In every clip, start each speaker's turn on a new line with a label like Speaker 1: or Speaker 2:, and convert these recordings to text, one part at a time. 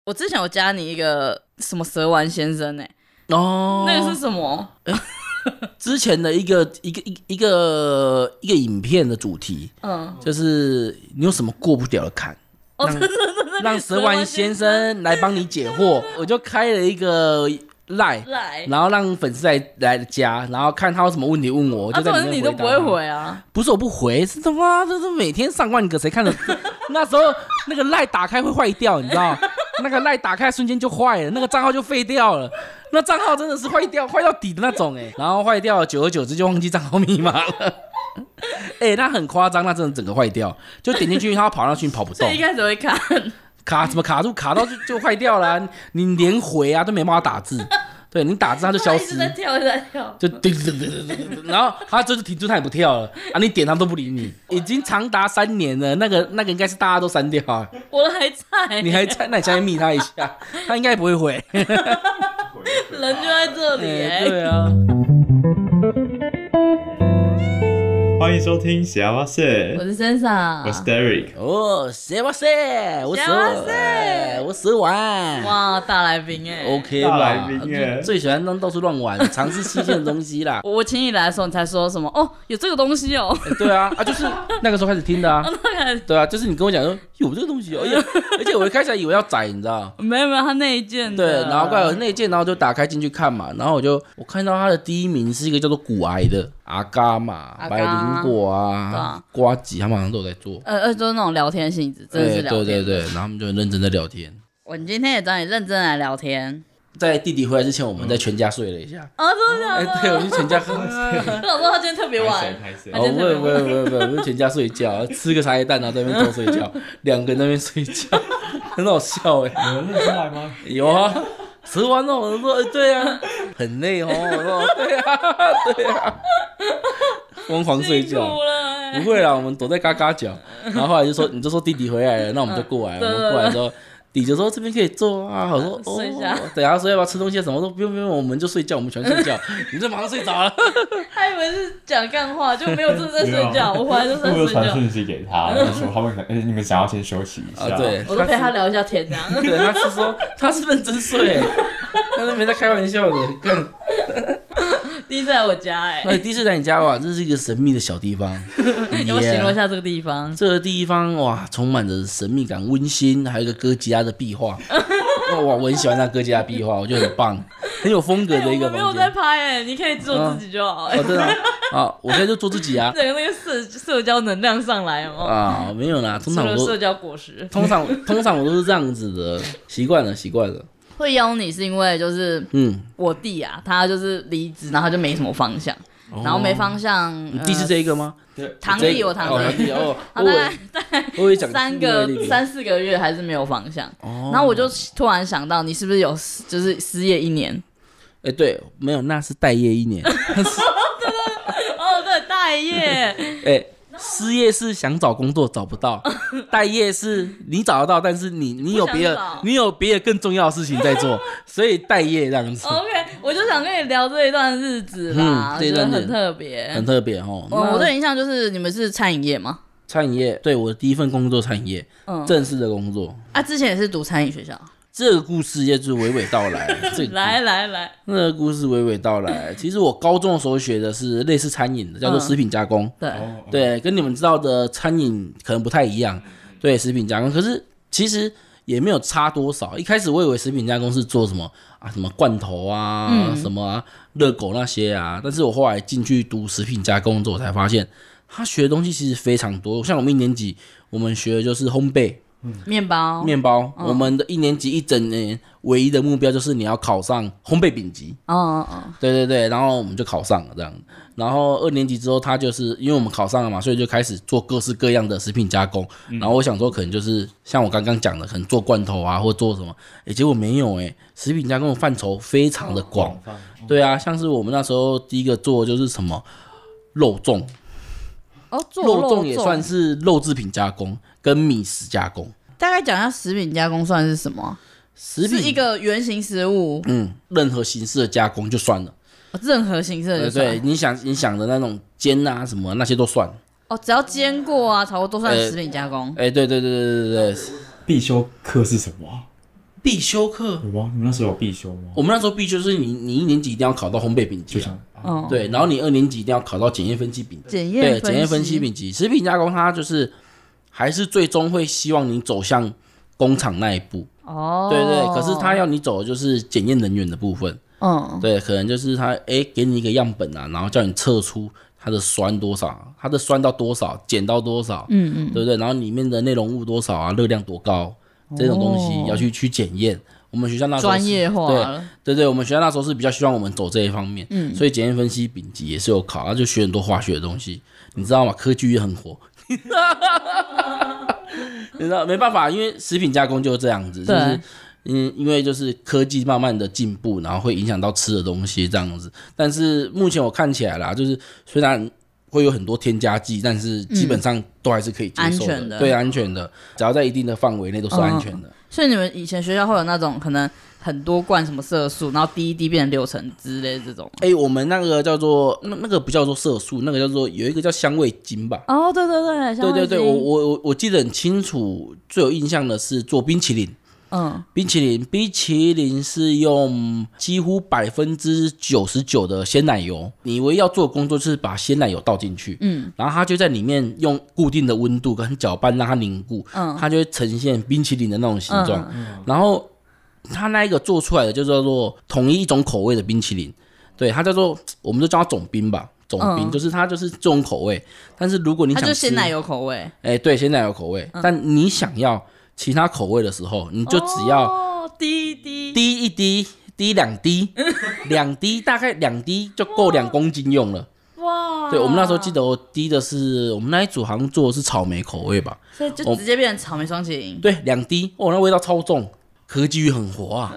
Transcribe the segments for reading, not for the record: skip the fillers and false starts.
Speaker 1: 我之前有加你一个什么蛇丸先生
Speaker 2: 哦，
Speaker 1: 那个是什么？
Speaker 2: 之前的一个影片的主题，就是你有什么过不了的坎，让蛇丸先生来帮你解惑。我就开了一个赖，然后让粉丝来加，然后看他有什么问题问我，我就在里面回答。
Speaker 1: 你都不会回啊？
Speaker 2: 不是我不回，是他妈这每天上万个，谁看得？那时候那个赖打开会坏掉，你知道？那个赖打开瞬间就坏了，那个账号就废掉了。那账号真的是坏到底的那种然后坏掉了，久而久之就忘记账号密码了。那很夸张，那真的整个坏掉，就点进去他跑上去跑不动。
Speaker 1: 所以一开始会看
Speaker 2: 怎么卡住，卡到就坏掉了你连回都没办法打字。对，你打字它就消失，
Speaker 1: 一直在跳，
Speaker 2: 就然后它就是停住，它也不跳了你点它都不理你，已经长达3年了，那个应该是大家都删掉啊。
Speaker 1: 我还在，
Speaker 2: 你还在，那你下面密他一下，他应该不会回。
Speaker 1: 人就在这里
Speaker 2: 对啊。
Speaker 3: 欢迎收听喜阿哇塞，
Speaker 1: 我是森莎，
Speaker 3: 我是 Derek。
Speaker 2: 谁哇塞，我蛇丸。
Speaker 1: 哇，大来宾
Speaker 2: OK
Speaker 3: 大来
Speaker 2: 吧？
Speaker 3: 宾
Speaker 2: 最喜欢到处乱玩，尝试新鲜的东西啦。
Speaker 1: 我请你来的时候，你才说什么？有这个东西哦。
Speaker 2: 对啊，就是那个时候开始听的啊。对啊，就是你跟我讲说有这个东西哦，而且我一开始还以为要载，你知道？
Speaker 1: 没有，他那一件的。
Speaker 2: 对，然后过来有那一件，然后就打开进去看嘛，然后我看到他的第一名是一个叫做骨癌的阿嘎嘛，白灵果啊，瓜吉他们好像都有在做，
Speaker 1: 就是那种聊天性质，真的是聊天。
Speaker 2: 对，然后他们就很认真的聊天。
Speaker 1: 我今天也找你认真来聊天。
Speaker 2: 在弟弟回来之前，我们在全家睡了一下。
Speaker 1: 真的假的？
Speaker 2: 对，我去全家喝。
Speaker 1: 我想说他今天特别晚。
Speaker 2: 不会，我们全家睡觉，吃个茶叶蛋，然后在那边偷睡觉，2个人在那边睡觉，很好笑
Speaker 3: 有人认真来吗？
Speaker 2: 有啊。吃完了，我说对啊，很累我说对啊，疯狂睡觉。不会啦，我们躲在嘎嘎角，然后后来你就说弟弟回来了，那我们就过来了。我们过来之后，弟就说这边可以坐啊，我说
Speaker 1: 睡一下。
Speaker 2: 等下说要不要吃东西，什么都不用，我们就睡觉，我们全睡觉，你就马上睡着了。
Speaker 1: 他以为是讲干话，就没有真的在睡觉。我回来就在睡觉。
Speaker 3: 我有传讯息给他，就说他们你们想要先休息一下。
Speaker 2: 对，
Speaker 1: 我都陪他聊一下天这样。
Speaker 2: 对，他是说他是认真睡，他是没在开玩笑的。
Speaker 1: 第一次来我家
Speaker 2: 第一次来你家哇，这是一个神秘的小地方。
Speaker 1: 你我形容一下这个地方。
Speaker 2: 这个地方哇，充满着神秘感、温馨，还有一个哥吉拉的壁画。哇，我很喜欢那哥吉拉壁画，我觉得很棒，很有风格的一个房间。
Speaker 1: 我没有在拍你可以做自己就好。
Speaker 2: 真的啊，我现在就做自己啊。
Speaker 1: 整个那个社交能量上来
Speaker 2: 哦。没有啦，通常我都
Speaker 1: 社交果实。
Speaker 2: 通常我都是这样子的，习惯了。
Speaker 1: 会邀你是因为就是我弟啊，他就是离职，然后他就没什么方向，然后没方向。
Speaker 2: 你弟是这一个吗？
Speaker 1: 堂弟，我堂弟大概3、4个月还是没有方向。然后我就突然想到，你是不是有就是失业1年？
Speaker 2: 对，没有，那是待业1年。
Speaker 1: 对，待业。
Speaker 2: 失业是想找工作找不到，待业是你找得到，但是你有别的更重要的事情在做，所以待业这样子。
Speaker 1: OK， 我就想跟你聊这一段日子啦，这一段很特别，
Speaker 2: 很特别哦。
Speaker 1: 我的印象就是你们是餐饮业吗？
Speaker 2: 餐饮业，对，我的第一份工作餐饮业，正式的工作。
Speaker 1: 之前也是读餐饮学校。
Speaker 2: 这个故事就是娓娓道来。
Speaker 1: 来，
Speaker 2: 那个故事娓娓道来。其实我高中的时候学的是类似餐饮的，叫做食品加工。对，跟你们知道的餐饮可能不太一样。对，食品加工，可是其实也没有差多少。一开始我以为食品加工是做什么罐头啊，什么热狗那些啊，但是我后来进去读食品加工之后，我才发现他学的东西其实非常多。像我们1年级，我们学的就是烘焙。
Speaker 1: 面包，
Speaker 2: 我们的1年级1整年唯一的目标就是你要考上烘焙丙级。对，然后我们就考上了这样。然后2年级之后，他就是因为我们考上了嘛，所以就开始做各式各样的食品加工。然后我想说，可能就是像我刚刚讲的，可能做罐头啊，或做什么。结果没有食品加工的范畴非常的广。对啊，像是我们那时候第一个做的就是什么肉粽。肉粽也算是肉制品加工跟米食加工。
Speaker 1: 大概讲一下食品加工算是什么？是一个原型食物。
Speaker 2: 任何形式的加工就算了。
Speaker 1: 任何形式的就算了。
Speaker 2: 对，你想的那种煎啊什么那些都算。
Speaker 1: 只要煎过啊、炒过都算食品加工。
Speaker 2: 对。
Speaker 3: 必修课是什么？
Speaker 2: 必修课
Speaker 3: 有吗？你们那时候有必修吗？
Speaker 2: 我们那时候必修是你1年级一定要考到烘焙丙级对，然后你2年级一定要考到检验分析丙级。对，检验分析丙级，食品加工它就是还是最终会希望你走向工厂那一步。对对，可是他要你走的就是检验人员的部分。对，可能就是他给你一个样本啊，然后叫你测出它的酸多少，它的酸到多少，碱到多少，对不对？然后里面的内容物多少啊，热量多高，这种东西要去检验。我们学校那时候
Speaker 1: 专业化了，
Speaker 2: 对，我们学校那时候是比较希望我们走这一方面，所以检验分析丙级也是有考，然后就学很多化学的东西，你知道吗？科技也很火，你知道没办法，因为食品加工就是这样子，就是因为就是科技慢慢的进步，然后会影响到吃的东西这样子。但是目前我看起来啦，就是虽然会有很多添加剂，但是基本上都还是可以接受的，对，安全的，只要在一定的范围内都是安全的。
Speaker 1: 所以你们以前学校会有那种可能很多罐什么色素，然后滴一滴变成6层之类的这种？
Speaker 2: 我们那个叫做那个不叫做色素，那个叫做有一个叫香味精吧。对，我记得很清楚，最有印象的是做冰淇淋。冰淇淋是用几乎99%的鲜奶油，你唯一要做的工作就是把鲜奶油倒进去，然后它就在里面用固定的温度跟搅拌让它凝固，它就会呈现冰淇淋的那种形状，然后它那一个做出来的就叫做统一一种口味的冰淇淋，对，它叫做我们就叫它总冰吧。总冰就是它就是这种口味，但是如果你想吃，
Speaker 1: 它就鲜奶油口味，
Speaker 2: 对，鲜奶油口味，但你想要其他口味的时候，你就只要
Speaker 1: 滴
Speaker 2: 一滴，滴2滴，2滴大概2滴就够2公斤用了。哇！对，我们那时候记得我滴的是我们那一组好像做的是草莓口味吧，
Speaker 1: 所以就直接变成草莓双麒麟。
Speaker 2: 对，2滴，那味道超重。科技鱼很活啊，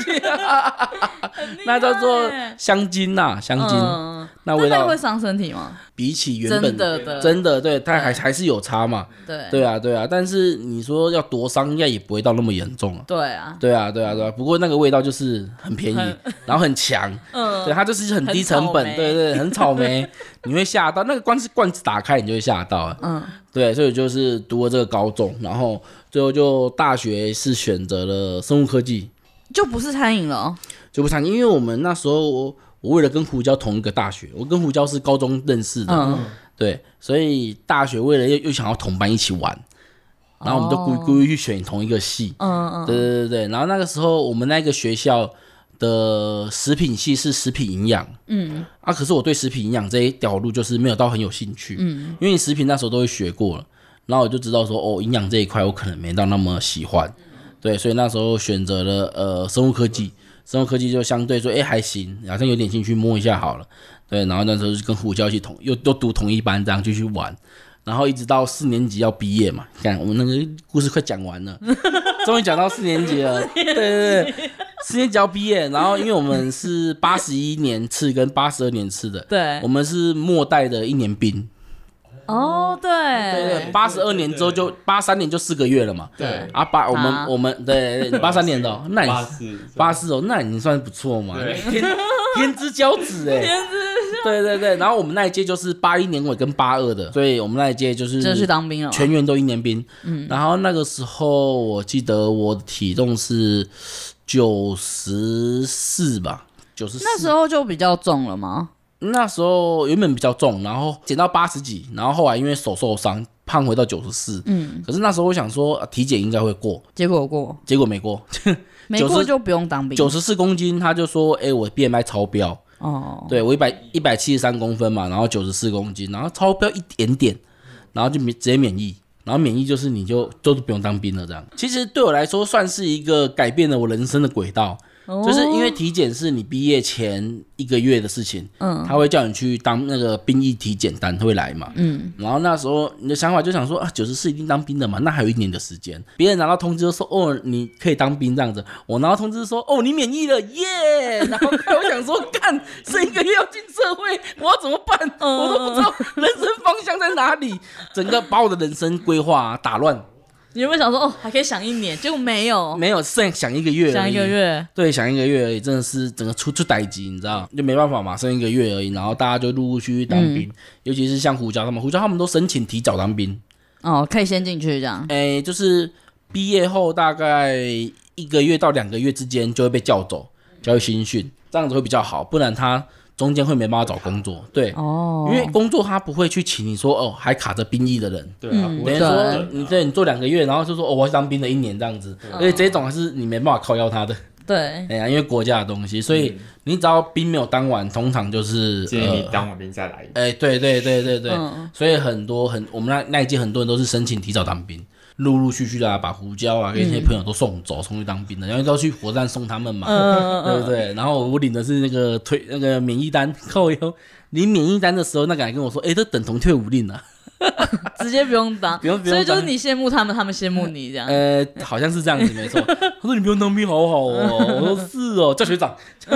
Speaker 2: 那叫做香精呐，香精。那味道
Speaker 1: 会伤身体吗？
Speaker 2: 比起原本真的对，它还是有差嘛。对啊，但是你说要多伤，应该也不会到那么严重啊。对啊。不过那个味道就是很便宜，然后很强，对，它就是很低成本，对，很草莓，你会吓到。那个罐子打开，你就会吓到了。对，所以就是读了这个高中，然后最后就大学是选择了生物科技，
Speaker 1: 就不是餐饮了，
Speaker 2: 就不餐饮，因为我们那时候我为了跟胡椒同一个大学，我跟胡椒是高中认识的，对，所以大学为了又想要同班一起玩，然后我们就故意去选同一个系，对，然后那个时候我们那个学校的食品系是食品营养，可是我对食品营养这一条路就是没有到很有兴趣，因为你食品那时候都会学过了，然后我就知道说营养这一块我可能没到那么喜欢，对，所以那时候选择了生物科技就相对说还行，好像有点兴趣摸一下好了，对，然后那时候就跟胡椒一起又读同一班这样继续玩，然后一直到4年级要毕业嘛，看我们那个故事快讲完了，终于讲到4年级了，对，4年级要毕业，然后因为我们是81年次跟82年次的，
Speaker 1: 对，
Speaker 2: 我们是末代的1年兵。对，82年之后就83年就4个月了嘛。
Speaker 3: 对
Speaker 2: 我们对83年的，那你84哦，那你算不错嘛，天之骄子对，然后我们那一届就是81年尾跟82的，所以我们那一届就是
Speaker 1: 去当兵了，
Speaker 2: 全员都1年兵。然后那个时候我记得我的体重是94吧，94。
Speaker 1: 那时候就比较重了吗？
Speaker 2: 那时候原本比较重，然后减到80几，然后后来因为手受伤，胖回到94。可是那时候我想说，体检应该会过，结果没过，
Speaker 1: 没过就不用当兵。
Speaker 2: 94公斤，他就说，我 BMI 超标。对，我173公分嘛，然后94公斤，然后超标一点点，然后就直接免疫。然后免疫就是你都不用当兵了这样。其实对我来说算是一个改变了我人生的轨道。就是因为体检是你毕业前1个月的事情，他会叫你去当那个兵役体检单会来嘛，然后那时候你的想法就想说94一定当兵的嘛，那还有1年的时间，别人拿到通知就说你可以当兵这样子，我拿到通知说你免疫了耶，然后我想说干剩1个月要进社会，我要怎么办？我都不知道人生方向在哪里，整个把我的人生规划打乱。
Speaker 1: 你有没有想说还可以想1年？结果没有，
Speaker 2: 剩想1个月而已，
Speaker 1: 想1个月，
Speaker 2: 对，想1个月而已，真的是整个出代志，你知道，就没办法嘛，剩1个月而已，然后大家就陆陆续续当兵，尤其是像胡椒他们都申请提早当兵，
Speaker 1: 可以先进去这样，
Speaker 2: 就是毕业后大概 1个月到2个月之间就会被叫走，叫去新训，这样子会比较好，不然他中间会没办法找工作。对，因为工作他不会去请你说还卡着兵役的人。
Speaker 3: 对啊，
Speaker 2: 等于说你做2个月，然后就说我要当兵的1年这样子，而且这种还是你没办法靠腰他的。
Speaker 1: 对，
Speaker 2: 因为国家的东西，所以你只要兵没有当完，通常就是
Speaker 3: 建议你当完兵再来。
Speaker 2: 对，所以我们那一届很多人都是申请提早当兵，陆陆续续的把胡椒跟一些朋友都送去当兵的，然后都要去火站送他们嘛，对不对？然后我领的是那个免疫单，靠腰领免疫单的时候，那个人跟我说，这等同退伍令啊。
Speaker 1: 直接不用当，
Speaker 2: 不用
Speaker 1: 所以就是你羡慕他们，他们羡慕你这样。
Speaker 2: 好像是这样子，没错。他说你不用当兵，好好哦。我说是哦，叫学长。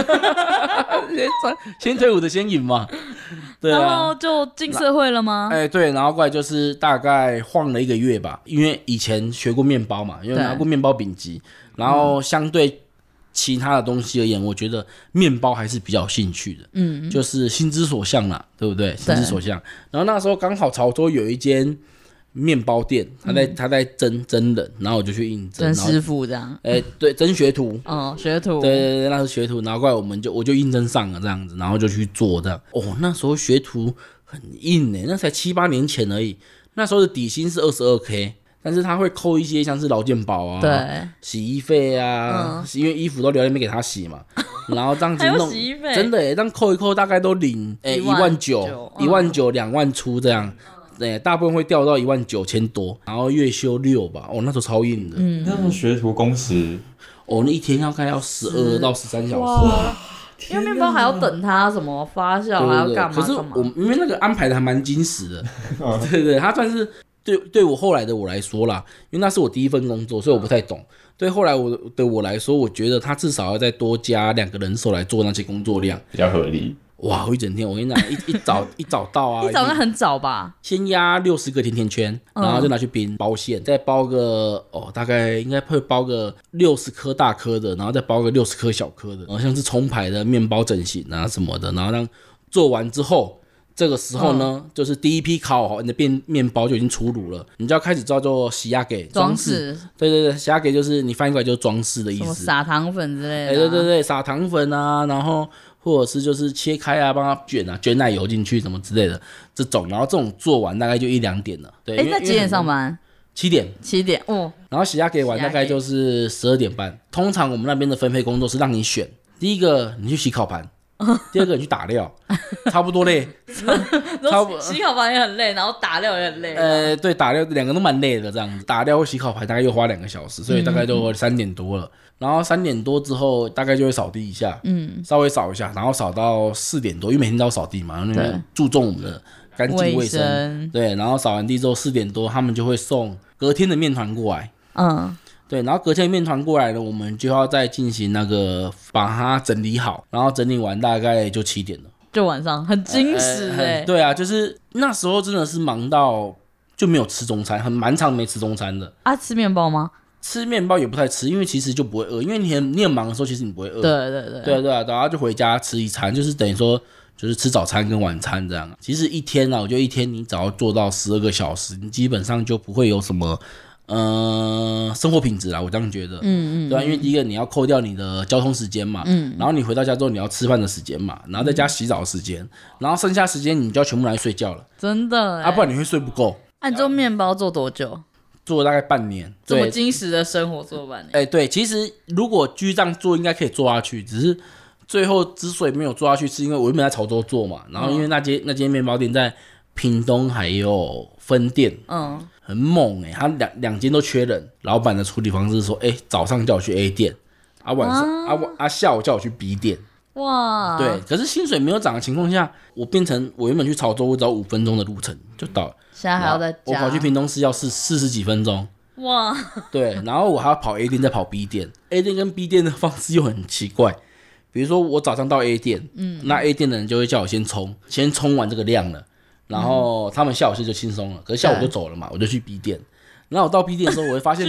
Speaker 2: 先退伍的先赢嘛。对啊。
Speaker 1: 然后就进社会了吗？
Speaker 2: 对，然后过来就是大概晃了1个月吧，因为以前学过面包嘛，因为拿过面包丙级，然后相对其他的东西而言，我觉得面包还是比较有兴趣的，就是心之所向啦，对不对？心之所向。然后那时候刚好潮州有一间面包店，他在征人，然后我就去应征，
Speaker 1: 征师傅这样。
Speaker 2: 对，征学徒。
Speaker 1: 学徒。
Speaker 2: 对，那是学徒，然后过来我就应征上了这样子，然后就去做这样。那时候学徒很硬那才7、8年前而已。那时候的底薪是22K。但是他会扣一些像是劳健保啊，对，洗衣费啊，因为衣服都留在那边给他洗嘛，然后这样子弄，
Speaker 1: 洗衣费
Speaker 2: 真的这样扣一扣大概都领19000、19000、2万出这样，大部分会掉到19000多，然后月休6吧，那时候超硬的，
Speaker 3: 那种学徒工时，
Speaker 2: 那一天大概要12到13小时。
Speaker 1: 因为面包还要等它什么发酵，还要干嘛？
Speaker 2: 可是因为那个安排的还蛮精实的，对，他算是。对我后来的我来说啦，因为那是我第一份工作，所以我不太懂。对后来我来说，我觉得他至少要再多加2个人手来做那些工作量，
Speaker 3: 比较合理。
Speaker 2: 哇，我一整天，我跟你讲，一早到啊，
Speaker 1: 一早那很早吧？
Speaker 2: 先压60个甜甜圈，然后就拿去冰包馅，再包个大概应该会包个60颗大颗的，然后再包个60颗小颗的，像是冲排的面包整形啊什么的，然后让做完之后。这个时候呢，就是第一批烤好你的面包就已经出炉了，你就要开始叫做洗压给装饰。对，洗压给就是你翻译过来就是装饰的意思，什么
Speaker 1: 撒糖粉之类的。
Speaker 2: 对，撒糖粉啊，然后或者是就是切开啊，帮它卷奶油进去什么之类的这种，然后这种做完大概就1、2点了。对，
Speaker 1: 那几点上班
Speaker 2: ？7点。
Speaker 1: 7点哦。
Speaker 2: 然后洗压给完大概就是12点半。通常我们那边的分配工作是让你选，第一个你去洗烤盘。第二个你去打料，差不多累，
Speaker 1: 洗烤盘也很累，然后打料也很累。
Speaker 2: 对，打料2个都蛮累的这样子，打料或洗烤盘大概又花2个小时，所以大概就3点多了。然后3点多之后大概就会扫地一下，稍微扫一下，然后扫到4点多，因为每天都要扫地嘛，那注重我们的干净卫生。对，然后扫完地之后4点多，他们就会送隔天的面团过来。对，然后隔天面团过来了，我们就要再进行那个把它整理好，然后整理完大概就7点了，
Speaker 1: 就晚上很精实
Speaker 2: 对啊，就是那时候真的是忙到就没有吃中餐，蛮长没吃中餐的。
Speaker 1: 吃面包吗？
Speaker 2: 吃面包也不太吃，因为其实就不会饿，因为你很忙的时候，其实你不会饿。对，然后就回家吃一餐，就是等于说就是吃早餐跟晚餐这样。其实一天我觉得一天你只要做到12个小时，你基本上就不会有什么。生活品质啦，我这样觉得，对吧？因为第一个你要扣掉你的交通时间嘛，然后你回到家之后你要吃饭的时间嘛，然后再加洗澡的时间，然后剩下时间你就要全部来睡觉了，
Speaker 1: 真的
Speaker 2: 不然你会睡不够。
Speaker 1: 你做面包做多久？
Speaker 2: 做了大概半年，
Speaker 1: 这么精实的生活做半年。
Speaker 2: 对，其实如果继续这样做，应该可以做下去，只是最后之所以没有做下去，是因为我原本在潮州做嘛，然后因为那间面包店在屏东还有分店，很猛他两间都缺人，老板的处理方式是说，早上叫我去 A 店，晚上下午叫我去 B 店。
Speaker 1: 哇，
Speaker 2: 对，可是薪水没有涨的情况下，我原本去潮州我只要5分钟的路程就到了，
Speaker 1: 现在还要再加，
Speaker 2: 我跑去屏东市要40几分钟。
Speaker 1: 哇，
Speaker 2: 对，然后我还要跑 A 店再跑 B 店，A 店跟 B 店的方式又很奇怪。比如说我早上到 A 店，那 A 店的人就会叫我先冲完这个量了。然后他们下午就轻松了，可是下午就走了嘛，我就去 B 店。然后我到 B 店的时候，我会发现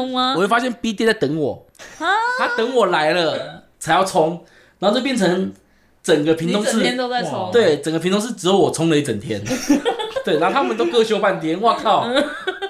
Speaker 2: B 店在等我，他等我来了才要冲，然后就变成整个屏东市，
Speaker 1: 你整天都在冲，
Speaker 2: 对，整个屏东市只有我冲了一整天，对，然后他们都各休半天，哇靠！然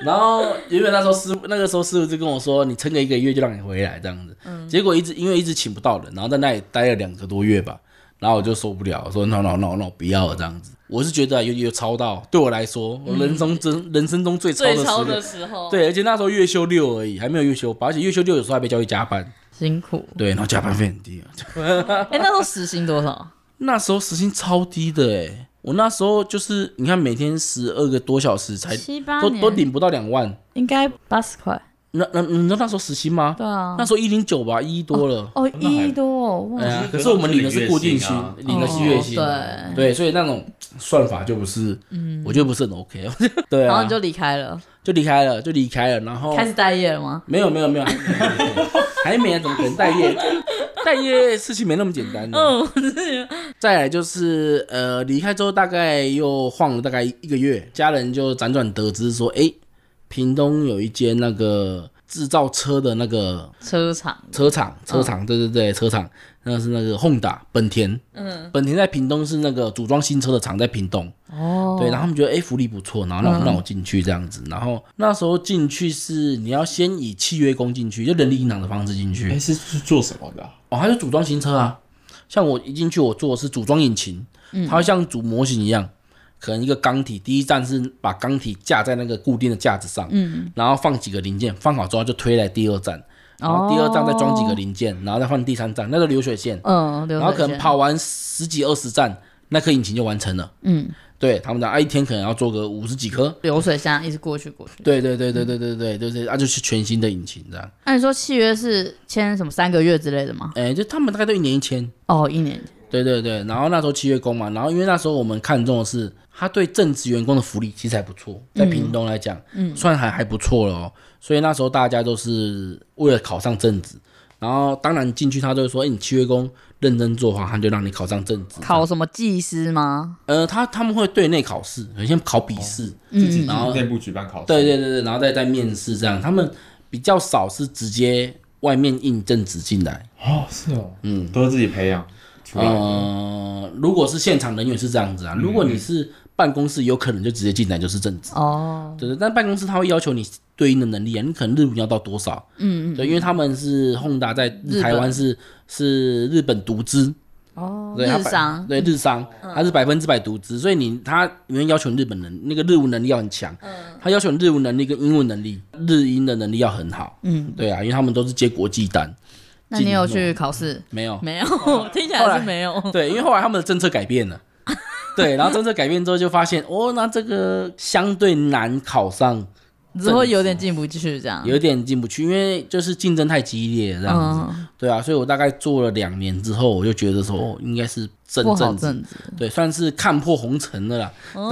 Speaker 2: 然后原本那时候师傅就跟我说，你撑个1个月就让你回来这样子。结果因为一直请不到人，然后在那里待了2个多月吧。然后我就受不了，我说 no 不要了这样子。我是觉得有超到，对我来说，我人生中最超的时候。对，而且那时候月休6而已，还没有月休8，而且月休6有时候还被叫去加班，
Speaker 1: 辛苦。
Speaker 2: 对，然后加班费很低。
Speaker 1: 那时候时薪多少？
Speaker 2: 那时候时薪超低的我那时候就是你看每天12个多小时才都领不到2万，
Speaker 1: 应该80块。
Speaker 2: 你知道那时候时薪吗？
Speaker 1: 对啊，
Speaker 2: 那时候109吧，1多了。
Speaker 1: 1多
Speaker 2: 可是我们领的是固定薪，领的是月薪。对，所以那种算法就不是，我觉得不是很 OK。对啊，
Speaker 1: 然后你就离开了，
Speaker 2: 然后
Speaker 1: 开始待业了吗？
Speaker 2: 没有，还没啊，怎么可能待业？待业事情没那么简单的。再来就是离开之后大概又晃了大概1个月，家人就辗转得知说，屏东有一间那个制造车的那个车厂，对，车厂，那是那个 Honda 本田，本田在屏东是那个组装新车的厂，在屏东，对，然后他们觉得福利不错，然后让我进去这样子，然后那时候进去是你要先以契约工进去，就人力银行的方式进去，
Speaker 3: 是做什么的
Speaker 2: 他就组装新车啊，像我一进去我做的是组装引擎，它会像组模型一样。可能一个钢体，第一站是把钢体架在那个固定的架子上，然后放几个零件，放好之后就推来第2站，然后第2站再装几个零件，然后再换第3站，那个流水线，然后可能跑完10几20站，那颗引擎就完成了，对他们讲，一天可能要做个50几颗
Speaker 1: 流水线一直过去，
Speaker 2: 对，就是全新的引擎这样。
Speaker 1: 那你说契约是签什么3个月之类的吗？
Speaker 2: 就他们大概都1年1签
Speaker 1: ，1年。对，
Speaker 2: 然后那时候契约工嘛，然后因为那时候我们看中的是他对正职员工的福利其实还不错，在屏东来讲，算还不错了所以那时候大家都是为了考上正职，然后当然进去他就会说，你契约工认真做的话，他就让你考上正职。
Speaker 1: 考什么技师吗？
Speaker 2: 他们会对内考试，有些考笔试，
Speaker 3: 然后内部举办考试，
Speaker 2: 对，然后再面试这样，他们比较少是直接外面应正职进来。
Speaker 3: 是都是自己培养。
Speaker 2: 如果是现场人员是这样子啊，如果你是办公室，有可能就直接进来就是正职对，但办公室他会要求你对应的能力你可能日文要到多少？对，因为他们是 Honda 在台湾是日本独资
Speaker 1: 日商，
Speaker 2: 对日商，它是100%独资，所以他因为要求日本人那个日文能力要很强，他要求你日文能力跟英文能力，日英的能力要很好，对啊，因为他们都是接国际单。
Speaker 1: 那你有去考试？
Speaker 2: 没有，
Speaker 1: 听起来是没有。
Speaker 2: 对，因为后来他们的政策改变了，对，然后政策改变之后就发现，那这个相对难考上，
Speaker 1: 之后有点进不去，这样
Speaker 2: 有点进不去，因为就是竞争太激烈了这样子，对啊，所以我大概做了2年之后，我就觉得说，应该是正职，对，算是看破红尘了啦。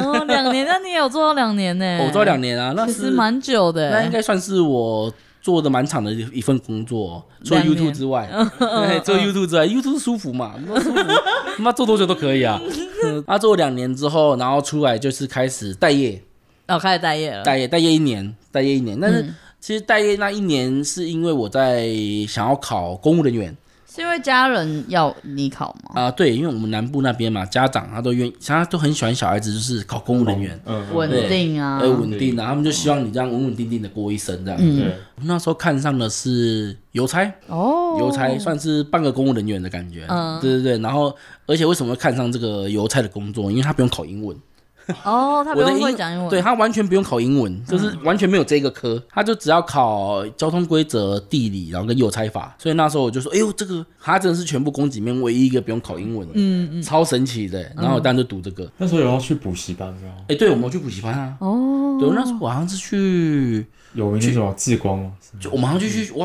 Speaker 1: 2年，那你也有做到2年呢？
Speaker 2: 我做到2年啊，那
Speaker 1: 其实蛮久的，
Speaker 2: 那应该算是我做的蛮长的一份工作，除了 YouTube 之外，对，做 YouTube 之外，YouTube 舒服嘛，舒服，妈做多久都可以啊。做了2年之后，然后出来就是开始待业，
Speaker 1: 开始待业了，
Speaker 2: 待业1年，但是其实待业那1年是因为我在想要考公务人员。
Speaker 1: 是因为家人要你考吗？
Speaker 2: 对，因为我们南部那边嘛，家长他都很喜欢小孩子，就是考公务人员，
Speaker 1: 稳定啊，
Speaker 2: 稳定啊，他们就希望你这样稳稳定定的过一生这样。我那时候看上的是邮差，邮差算是半个公务人员的感觉，对。然后，而且为什么会看上这个邮差的工作？因为他不用考英文。
Speaker 1: 他不用会讲英文，
Speaker 2: 对，他完全不用考英文，就是完全没有这个科，他就只要考交通规则、地理，然后跟邮差法。所以那时候我就说，这个他真的是全部公职里面唯一一个不用考英文的，超神奇的。然后我当然就读这个。
Speaker 3: 那时候有要去补习班吗？
Speaker 2: 对，我们去补习班啊。对，那时候我好像是去
Speaker 3: 有名那种志光吗？
Speaker 2: 我们好像就去，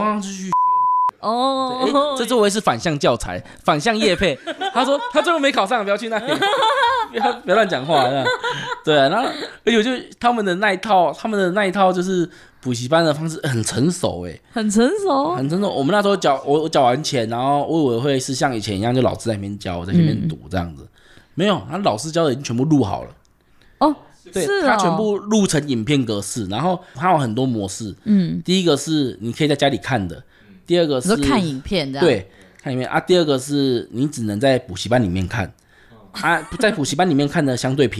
Speaker 2: 这作为是反向教材，反向业配。他说他最后没考上，不要去那里，不要乱讲话。对，然后而且就他们的那一套就是补习班的方式很成熟，
Speaker 1: 很成熟。
Speaker 2: 我们那时候我缴完钱，然后我以为会是像以前一样，就老师在那边教，我在那边读这样子，没有，他老师教的已经全部录好了。对，它全部录成影片格式，然后它有很多模式。第一个是你可以在家里看的。第二个是
Speaker 1: 看影片，
Speaker 2: 对，看影片啊。第二个是你只能在补习班里面看，在补习班里面看的相对便宜，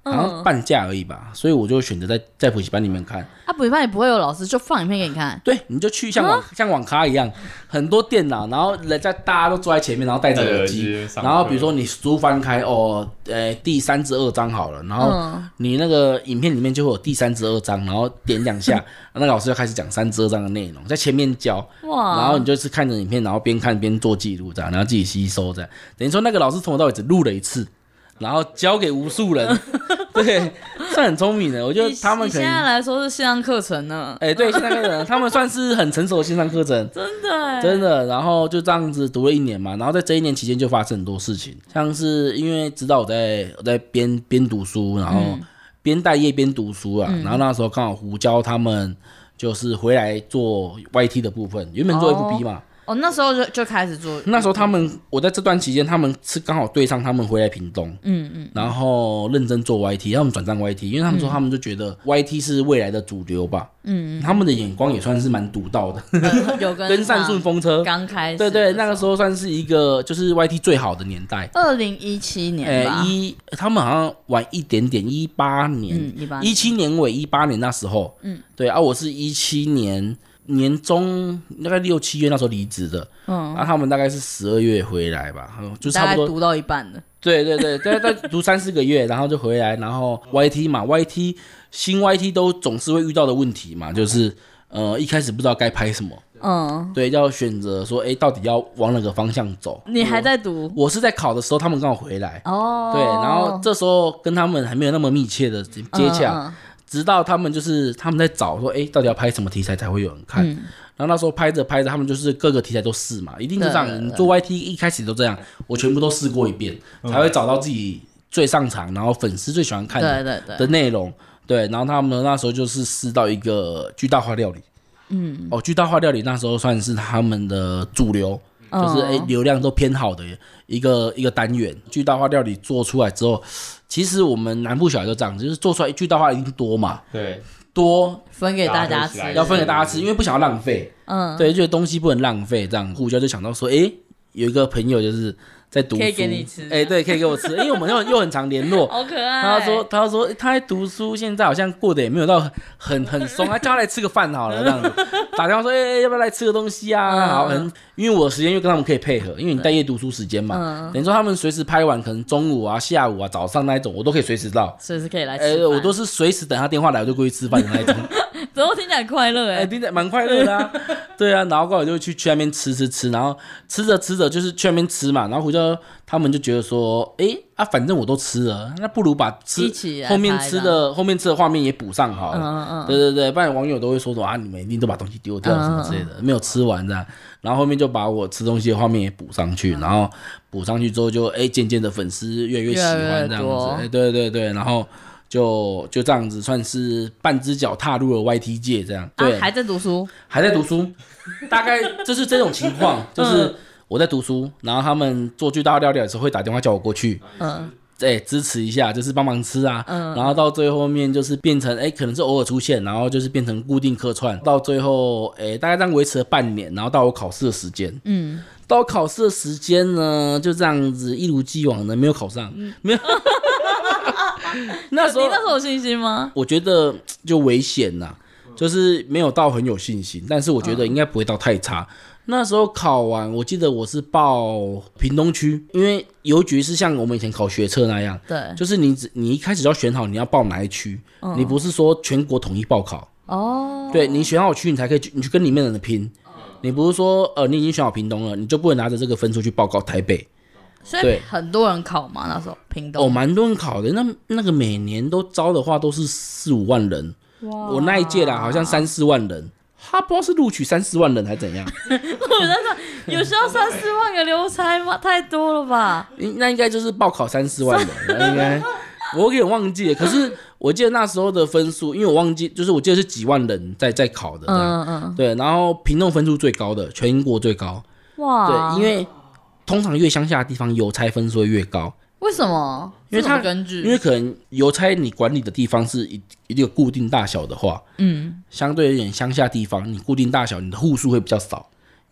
Speaker 2: 好像半价而已吧，所以我就选择在补习班里面看。
Speaker 1: 补习班也不会有老师就放影片给你看。
Speaker 2: 对，你就去像网咖一样，很多电脑，然后大家都坐在前面，然后戴着耳机，然后比如说你书翻开第32章好了，然后你那个影片里面就会有第32章，然后点2下，那个老师就开始讲32章的内容，在前面教，然后你就是看着影片，然后边看边做记录这样，然后自己吸收这样，等于说那个老师从头到尾只录了一次。然后教给无数人，对，算很聪明的。我觉得他们可能
Speaker 1: 现在来说是线上课程呢。
Speaker 2: 对，线上课程，他们算是很成熟的线上课程，真的。然后就这样子读了1年嘛，然后在这1年期间就发生很多事情，像是因为知道我在边读书，然后边待业边读书啊，然后那时候刚好胡椒他们就是回来做 YT 的部分，原本做 FB 嘛。
Speaker 1: 那时候就开始做。
Speaker 2: 那时候我在这段期间，他们是刚好对上他们回来屏东，然后认真做 YT， 他们转战 YT， 因为他们说他们就觉得 YT 是未来的主流吧，他们的眼光也算是蛮独到的，
Speaker 1: 有
Speaker 2: 跟上顺风车
Speaker 1: 刚开始，
Speaker 2: 对，那个时候算是一个就是 YT 最好的年代。
Speaker 1: 2017年吧，
Speaker 2: 他们好像晚一点点，18年，17年尾18年那时候，对啊，我是17年。年中大概6、7月那时候离职的，他们大概是12月回来吧，就差不多
Speaker 1: 大概读到一半了。
Speaker 2: 对，大概读3、4个月，然后就回来，然后 YT 嘛 ，YT 新 YT 都总是会遇到的问题嘛，就是一开始不知道该拍什么，对，要选择说，到底要往哪个方向走。
Speaker 1: 你还在读？
Speaker 2: 我是在考的时候，他们刚好回来，对，然后这时候跟他们还没有那么密切的接洽。直到他们在找说，到底要拍什么题材才会有人看？然后那时候拍着，他们就是各个题材都试嘛，一定就这样。你做 YT 一开始都这样，我全部都试过一遍，才会找到自己最上场，然后粉丝最喜欢看的内容。对，然后他们那时候就是试到一个巨大化料理，巨大化料理那时候算是他们的主流。就是流量都偏好的一个单元，巨大化料理做出来之后，其实我们南部小孩就这样，就是做出来巨大化一定多嘛，
Speaker 3: 对，
Speaker 2: 多
Speaker 1: 分给大家吃，
Speaker 2: 要分给大家吃，因为不想要浪费，对，觉得东西不能浪费，这样胡椒就想到说，有一个朋友就是在读书，
Speaker 1: 可以给你吃，
Speaker 2: 对，可以给我吃，因为我们又很常联络，
Speaker 1: 好可爱。
Speaker 2: 他说他在读书，现在好像过得也没有到很松，叫他来吃个饭好了，这样子，打电话说，要不要来吃个东西啊？好，因为我的时间又跟他们可以配合，因为你待业读书时间嘛，等于说他们随时拍完，可能中午啊、下午啊、早上那一种，我都可以随时到，
Speaker 1: 随时可以来吃饭。
Speaker 2: 我都是随时等他电话来，我就过去吃饭的那一种。
Speaker 1: 怎么听起来很快乐
Speaker 2: 听起来蛮快乐的啊。对啊，然后过来就去那边吃，然后吃着就是去那边吃嘛，然后胡椒他们就觉得说，反正我都吃了，那不如把后面吃的画面也补上好了。对，不然网友都会说你们一定都把东西丢掉什么之类的，没有吃完这样。然后后面就把我吃东西的画面也补上去，然后补上去之后就渐渐的粉丝越来越喜欢这样子。对，然后就这样子算是半只脚踏入了 YT 界这样。对，
Speaker 1: 还在读书，
Speaker 2: 大概就是这种情况，就是我在读书，然后他们做巨大料理的时候会打电话叫我过去，支持一下，就是帮忙吃啊，然后到最后面就是变成可能是偶尔出现，然后就是变成固定客串，到最后大概这样维持了半年，然后到我考试的时间，到我考试的时间呢，就这样子一如既往的没有考上，没有。
Speaker 1: 那时候有信心吗？
Speaker 2: 我觉得就危险啦，就是没有到很有信心，但是我觉得应该不会到太差。那时候考完，我记得我是报屏东区，因为邮局是像我们以前考学测那样，
Speaker 1: 对，就是
Speaker 2: 你一开始就要选好你要报哪一区，你不是说全国统一报考对，你选好区你才可以你去跟里面的人拼，你不是说你已经选好屏东了，你就不能拿着这个分数去报告台北。
Speaker 1: 所以很多人考嘛，那时候屏东
Speaker 2: 蛮多人考的，那个每年都招的话都是4、5万人，我那一届啦好像3、4万人，他不知道是录取3、4万人还是怎样。
Speaker 1: 我在想，有需要3、4万个邮差吗？太多了吧？
Speaker 2: 那应该就是报考3、4万人，应该我有点忘记了。可是我记得那时候的分数，因为我忘记，就是我记得是几万人在考的，对，然后屏东分数最高的，全英国最高，对，因为通常越乡下的地方，邮差分数会越高。
Speaker 1: 为什么？因为
Speaker 2: 可能邮差你管理的地方是一个固定大小的话，相对有点乡下地方，你固定大小，你的户数会比较少，因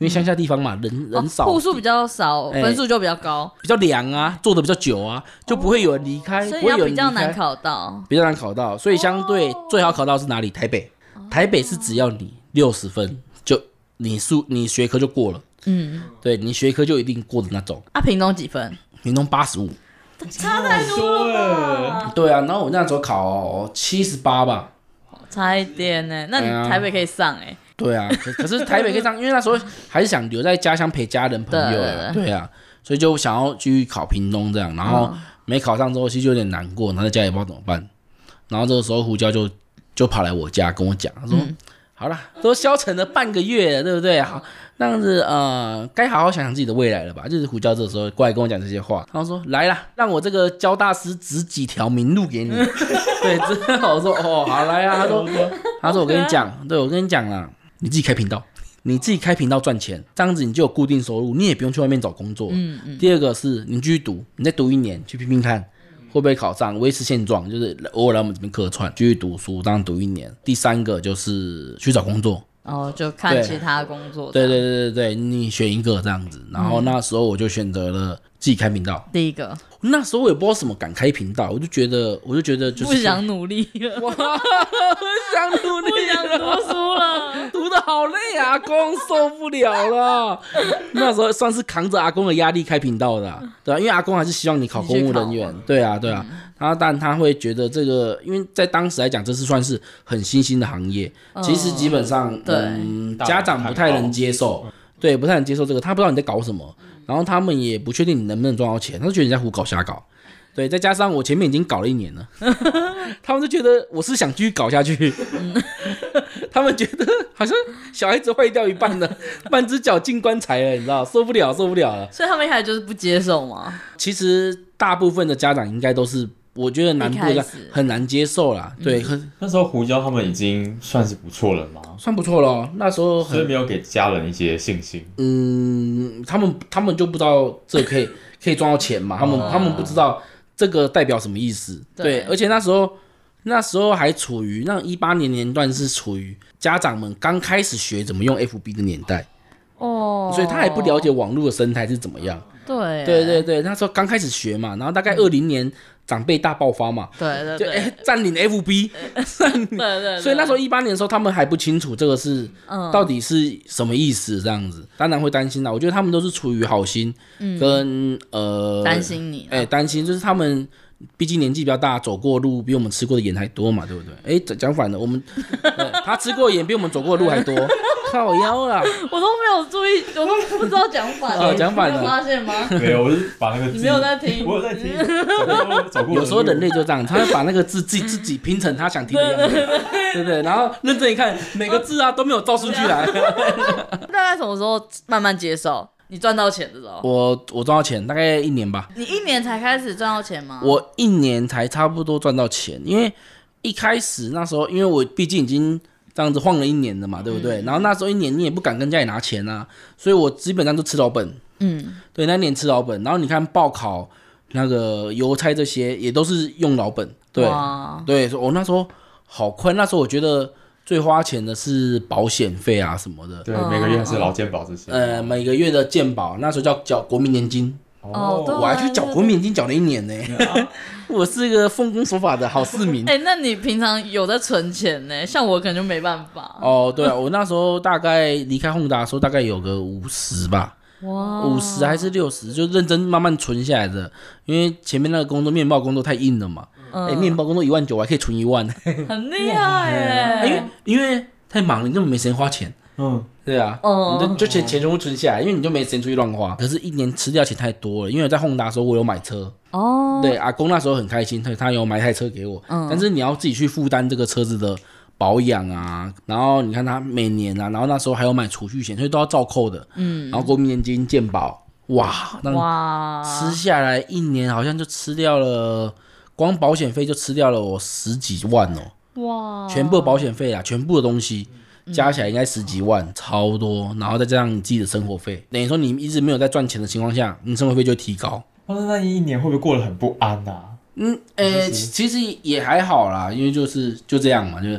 Speaker 2: 为乡下地方嘛，人少，
Speaker 1: 户数比较少，分数就比较高，
Speaker 2: 比较凉啊，做的比较久啊，就不会有人离开，
Speaker 1: 所以要比较难考到，
Speaker 2: 比较难考到，所以相对最好考到是哪里？台北，台北是只要你60分，就你学科就过了，对你学科就一定过的那种。
Speaker 1: 屏东几分？
Speaker 2: 屏东85，
Speaker 1: 差太多了吧？
Speaker 2: 对啊，然后我那时候考78吧，
Speaker 1: 差一点呢。那你台北可以上哎。
Speaker 2: 对啊，可是台北可以上，因为那时候还是想留在家乡陪家人朋友，对啊，所以就想要继续考屏东这样，然后没考上之后其实就有点难过，然后在家也不知道怎么办，然后这个时候胡椒就跑来我家跟我讲，他说。好了，都消沉了半个月了，对不对？好，那样子该好好想想自己的未来了吧。就是胡椒这时候过来跟我讲这些话，他说：“来啦，让我这个焦大师指几条明路给你。”对，之后我说：“哦，好来啊。”他说我跟你讲，对我跟你讲啦，你自己开频道，你自己开频道赚钱，这样子你就有固定收入，你也不用去外面找工作。第二个是你继续读，你再读1年去拼拼看。会不会考上？维持现状，就是偶尔来我们这边客串，继续读书，当然读1年。第3个就是去找工作，
Speaker 1: 就看其他工作。
Speaker 2: 对，你选一个这样子。然后那时候我就选择了自己开频道。
Speaker 1: 第一个，
Speaker 2: 那时候我也不知道什么敢开频道，我就觉得就是
Speaker 1: 不想努力了，
Speaker 2: 不想努力，
Speaker 1: 不想读书了，
Speaker 2: 读得好累啊，阿公受不了了。那时候算是扛着阿公的压力开频道的，对啊，因为阿公还是希望你考公务人员，对啊。但他会觉得这个，因为在当时来讲，这是算是很新兴的行业，其实基本上，家长不太能接受，对，不太能接受这个，他不知道你在搞什么，然后他们也不确定你能不能赚到钱，他就觉得你在胡搞瞎搞。对，再加上我前面已经搞了1年了，他们就觉得我是想继续搞下去，他们觉得好像小孩子坏掉一半了，半只脚进棺材了，你知道，受不了了。
Speaker 1: 所以他们一开始就是不接受吗？
Speaker 2: 其实大部分的家长应该都是，我觉得南部的很难接受啦。对，
Speaker 3: 那时候胡椒他们已经算是不错了吗？
Speaker 2: 算不错了，那时候
Speaker 3: 所以没有给家人一些信心。
Speaker 2: 他们就不知道这可以赚到钱嘛，他们不知道。这个代表什么意思？对，而且那时候还处于那18年年段，是处于家长们刚开始学怎么用 FB 的年代，所以他还不了解网络的生态是怎么样。对，那时候刚开始学嘛，然后大概20年长辈大爆发嘛，
Speaker 1: 对，
Speaker 2: 就占领 FB， 对，所以那时候18年的时候，他们还不清楚这个是到底是什么意思，这样子，当然会担心啦。我觉得他们都是出于好心，跟
Speaker 1: 担心你，
Speaker 2: 担心就是他们。毕竟年纪比较大，走过路比我们吃过的盐还多嘛，对不对？讲反了，他吃过盐比我们走过的路还多，靠腰啦！
Speaker 1: 我都没有注意，我都不知道讲反了。
Speaker 2: 讲反了，
Speaker 1: 你有发现吗？
Speaker 3: 没有，我是把那个字，
Speaker 1: 你没有在听，
Speaker 3: 我有在听。走过
Speaker 2: 有时候人类就这样，他会把那个字自己拼成他想听的样子，对不对？然后认真一看，每个字啊都没有照出去来。
Speaker 1: 大概什么时候慢慢接受？你赚到钱的时候，
Speaker 2: 我赚到钱大概1年吧。
Speaker 1: 你1年才开始赚到钱吗？
Speaker 2: 我1年才差不多赚到钱，因为一开始那时候，因为我毕竟已经这样子晃了1年了嘛，对不对？然后那时候1年你也不敢跟家里拿钱啊，所以我基本上都吃老本。对，那年吃老本，然后你看报考那个邮差这些也都是用老本。对，我那时候好快，那时候我觉得。最花钱的是保险费啊什么的，
Speaker 3: 对，每个月是劳健保这些。
Speaker 2: 每个月的健保，那时候缴国民年金。我还去缴国民年金，缴了1年呢。我是一个奉公守法的好市民。
Speaker 1: 那你平常有在存钱呢？像我可能就没办法。
Speaker 2: 对啊，我那时候大概离开宏达的时候，大概有个50吧。哇，50还是60，就认真慢慢存下来的。因为前面那个工作，面包工作太硬了嘛。面包工作19000，我还可以存1万，
Speaker 1: 很厉害耶！
Speaker 2: 因为太忙了，你根本没时间花钱。对啊，你就钱全部存下来，因为你就没时间出去乱花。可是1年吃掉钱太多了，因为我在宏达的时候我有买车。对，阿公那时候很开心，他有买一台车给我。但是你要自己去负担这个车子的保养啊，然后你看他每年啊，然后那时候还有买储蓄险，所以都要照扣的。然后国民年金、健保，哇，吃下来1年好像就吃掉了。光保险费就吃掉了我10几万哦！哇，全部的保险费啊，全部的东西加起来应该10几万，超多。然后再加上你自己的生活费，等于说你一直没有在赚钱的情况下，你生活费就会提高。
Speaker 3: 那1年会不会过得很不安啊？
Speaker 2: 其实也还好啦，因为就这样嘛，就是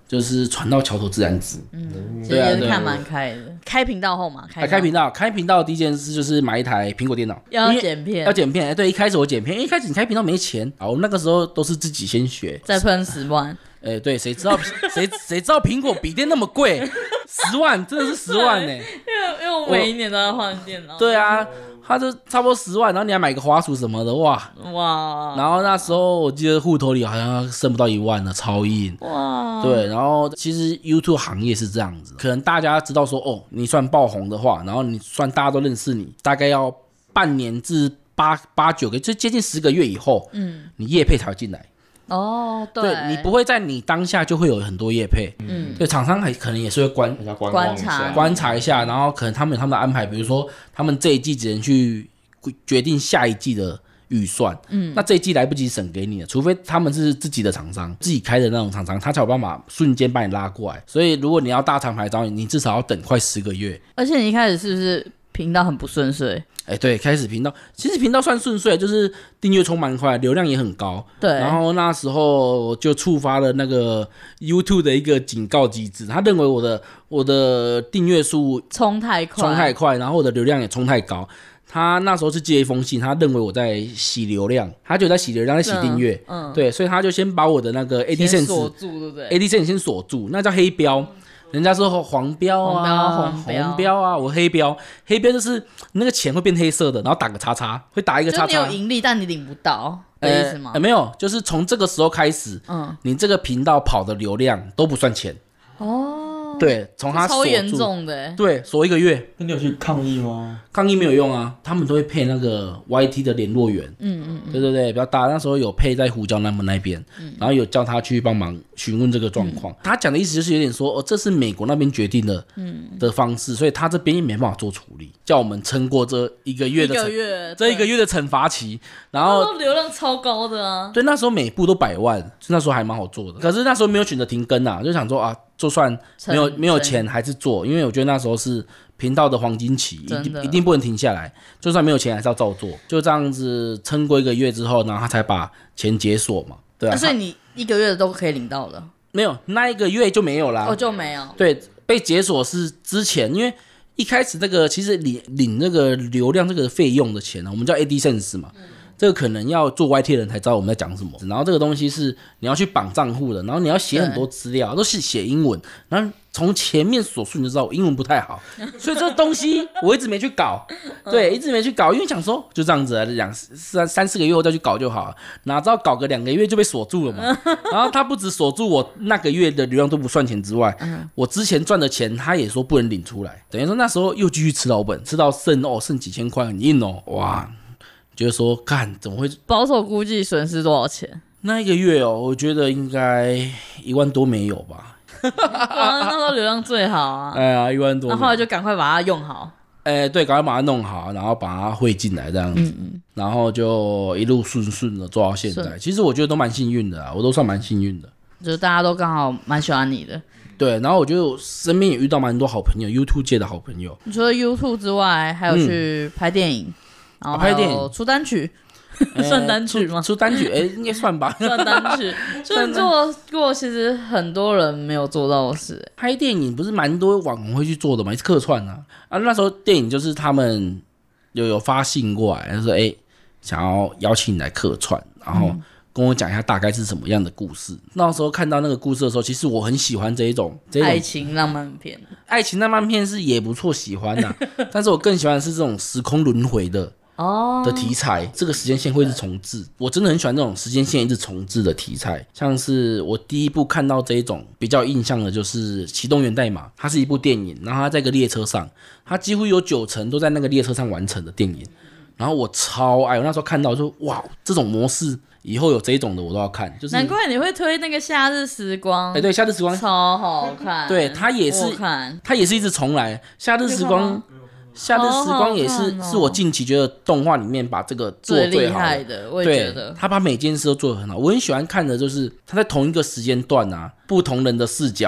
Speaker 2: 就是船到桥头自然直。
Speaker 1: 对啊，也是看蛮开的。开频道后嘛，
Speaker 2: 开频道的第一件事就是买一台苹果电脑，
Speaker 1: 要剪片，
Speaker 2: 对，一开始我剪片，因为一开始你开频道没钱啊，我们那个时候都是自己先学，
Speaker 1: 再喷10万。
Speaker 2: 对，谁知道苹果笔电那么贵，10万真的是10万呢。因
Speaker 1: 为我每一年都要换电脑。
Speaker 2: 对啊，它就差不多10万，然后你还买个滑鼠什么的，哇。然后那时候我记得户头里好像剩不到1万了，超硬。哇。对，然后其实 YouTube 行业是这样子，可能大家知道说你算爆红的话，然后你算大家都认识你，大概要半年至8-9个，就接近10个月以后，你业配才会进来。
Speaker 1: 对，
Speaker 2: 你不会在你当下就会有很多业配，对，厂商还可能也是会观察一下，然后可能他们有他们的安排，比如说他们这一季只能去决定下一季的预算，那这一季来不及审给你了，除非他们是自己的厂商，自己开的那种厂商，他才有办法瞬间把你拉过来。所以如果你要大厂牌找你，你至少要等快10个月。
Speaker 1: 而且你一开始是不是频道很不顺遂？
Speaker 2: 对，开始其实频道算顺遂，就是订阅冲蛮快，流量也很高。
Speaker 1: 对，
Speaker 2: 然后那时候就触发了那个 YouTube 的一个警告机制，他认为我的订阅数
Speaker 1: 冲太快，
Speaker 2: 然后我的流量也冲太高。他那时候是接一封信，他认为我在洗流量，他就在洗流量，在洗订阅。对，所以他就先把我的那个 AdSense
Speaker 1: 锁住，对不对
Speaker 2: ？AdSense 先锁住，那叫黑标。人家说黄标啊，红标啊，我黑标就是那个钱会变黑色的，然后打个叉叉，会打一个叉叉。
Speaker 1: 就你有盈利，但你领不到的意思吗？
Speaker 2: 没有，就是从这个时候开始，你这个频道跑的流量都不算钱。对，从他
Speaker 1: 超严重的，
Speaker 2: 对，锁1个月。
Speaker 3: 那你有去抗议吗？
Speaker 2: 抗议没有用啊，他们都会配那个 YT 的联络员，对，比较大。那时候有配在胡椒那边，然后有叫他去帮忙询问这个状况。他讲的意思就是有点说，这是美国那边决定的方式，所以他这边也没办法做处理，叫我们撑过这1个月的1个月的惩罚期。然后
Speaker 1: 流量超高的啊，
Speaker 2: 对，那时候每部都100万，那时候还蛮好做的。可是那时候没有选择停更啊，就想说就算没有钱还是做，因为我觉得那时候是频道的黄金期，一定不能停下来，就算没有钱还是要照做。就这样子撑过1个月之后，然后他才把钱解锁嘛，对啊。
Speaker 1: 所以你1个月都可以领到了？
Speaker 2: 没有，那1个月就没有啦。
Speaker 1: 就没有。对，
Speaker 2: 被解锁是之前，因为一开始这个其实领那个流量这个费用的钱呢，我们叫 AdSense 嘛。这个可能要做 YT 的人才知道我们在讲什么，然后这个东西是你要去绑账户的，然后你要写很多资料，都是写英文，然后从前面所述你就知道我英文不太好，所以这东西我一直没去搞，对，一直没去搞，因为想说就这样子啊，3-4个月后再去搞就好了，哪知道搞个2个月就被锁住了嘛。然后他不止锁住我那个月的流量都不算钱之外，我之前赚的钱他也说不能领出来，等于说那时候又继续吃老本，吃到剩几千块，很硬哦，哇。觉得说，看怎么会
Speaker 1: 保守估计损失多少钱？
Speaker 2: 那1个月我觉得应该1万多没有吧。
Speaker 1: 那时候流量最好啊。
Speaker 2: 1万多。
Speaker 1: 然后后来就赶快把它用好。
Speaker 2: 对，赶快把它弄好，然后把它汇进来这样子，然后就一路顺的做到现在。其实我觉得都蛮幸运的啊，我都算蛮幸运的。
Speaker 1: 就是大家都刚好蛮喜欢你的。
Speaker 2: 对，然后我觉得我身边也遇到蛮多好朋友 ，YouTube 界的好朋友。
Speaker 1: 你除了 YouTube 之外，还有去拍电影。然后还有出单曲，算单曲吗？
Speaker 2: 出单曲，应该算吧。
Speaker 1: 算单曲，就是做过其实很多人没有做到的事。
Speaker 2: 拍电影不是蛮多网红会去做的嘛，是客串啊。那时候电影就是他们有发信过来，他说想要邀请你来客串，然后跟我讲一下大概是什么样的故事。那时候看到那个故事的时候，其实我很喜欢这一种
Speaker 1: 爱情浪漫片。
Speaker 2: 爱情浪漫片是也不错，喜欢啊。但是我更喜欢的是这种时空轮回的题材，这个时间线会是重置。我真的很喜欢这种时间线一直重置的题材，像是我第一部看到这一种比较印象的就是《启动源代码》，它是一部电影，然后它在一个列车上，它几乎有90%都在那个列车上完成的电影。然后我超爱，我那时候看到就哇，这种模式以后有这一种的我都要看。就是
Speaker 1: 难怪你会推那个《夏日时光》。
Speaker 2: 对，《夏日时光》
Speaker 1: 超好看。
Speaker 2: 对，它也是一直重来，《夏日时光》。夏日时光也是我近期觉得动画里面把这个做最好
Speaker 1: 的，我也觉得
Speaker 2: 他把每件事都做得很好。我很喜欢看的就是他在同一个时间段啊，不同人的视角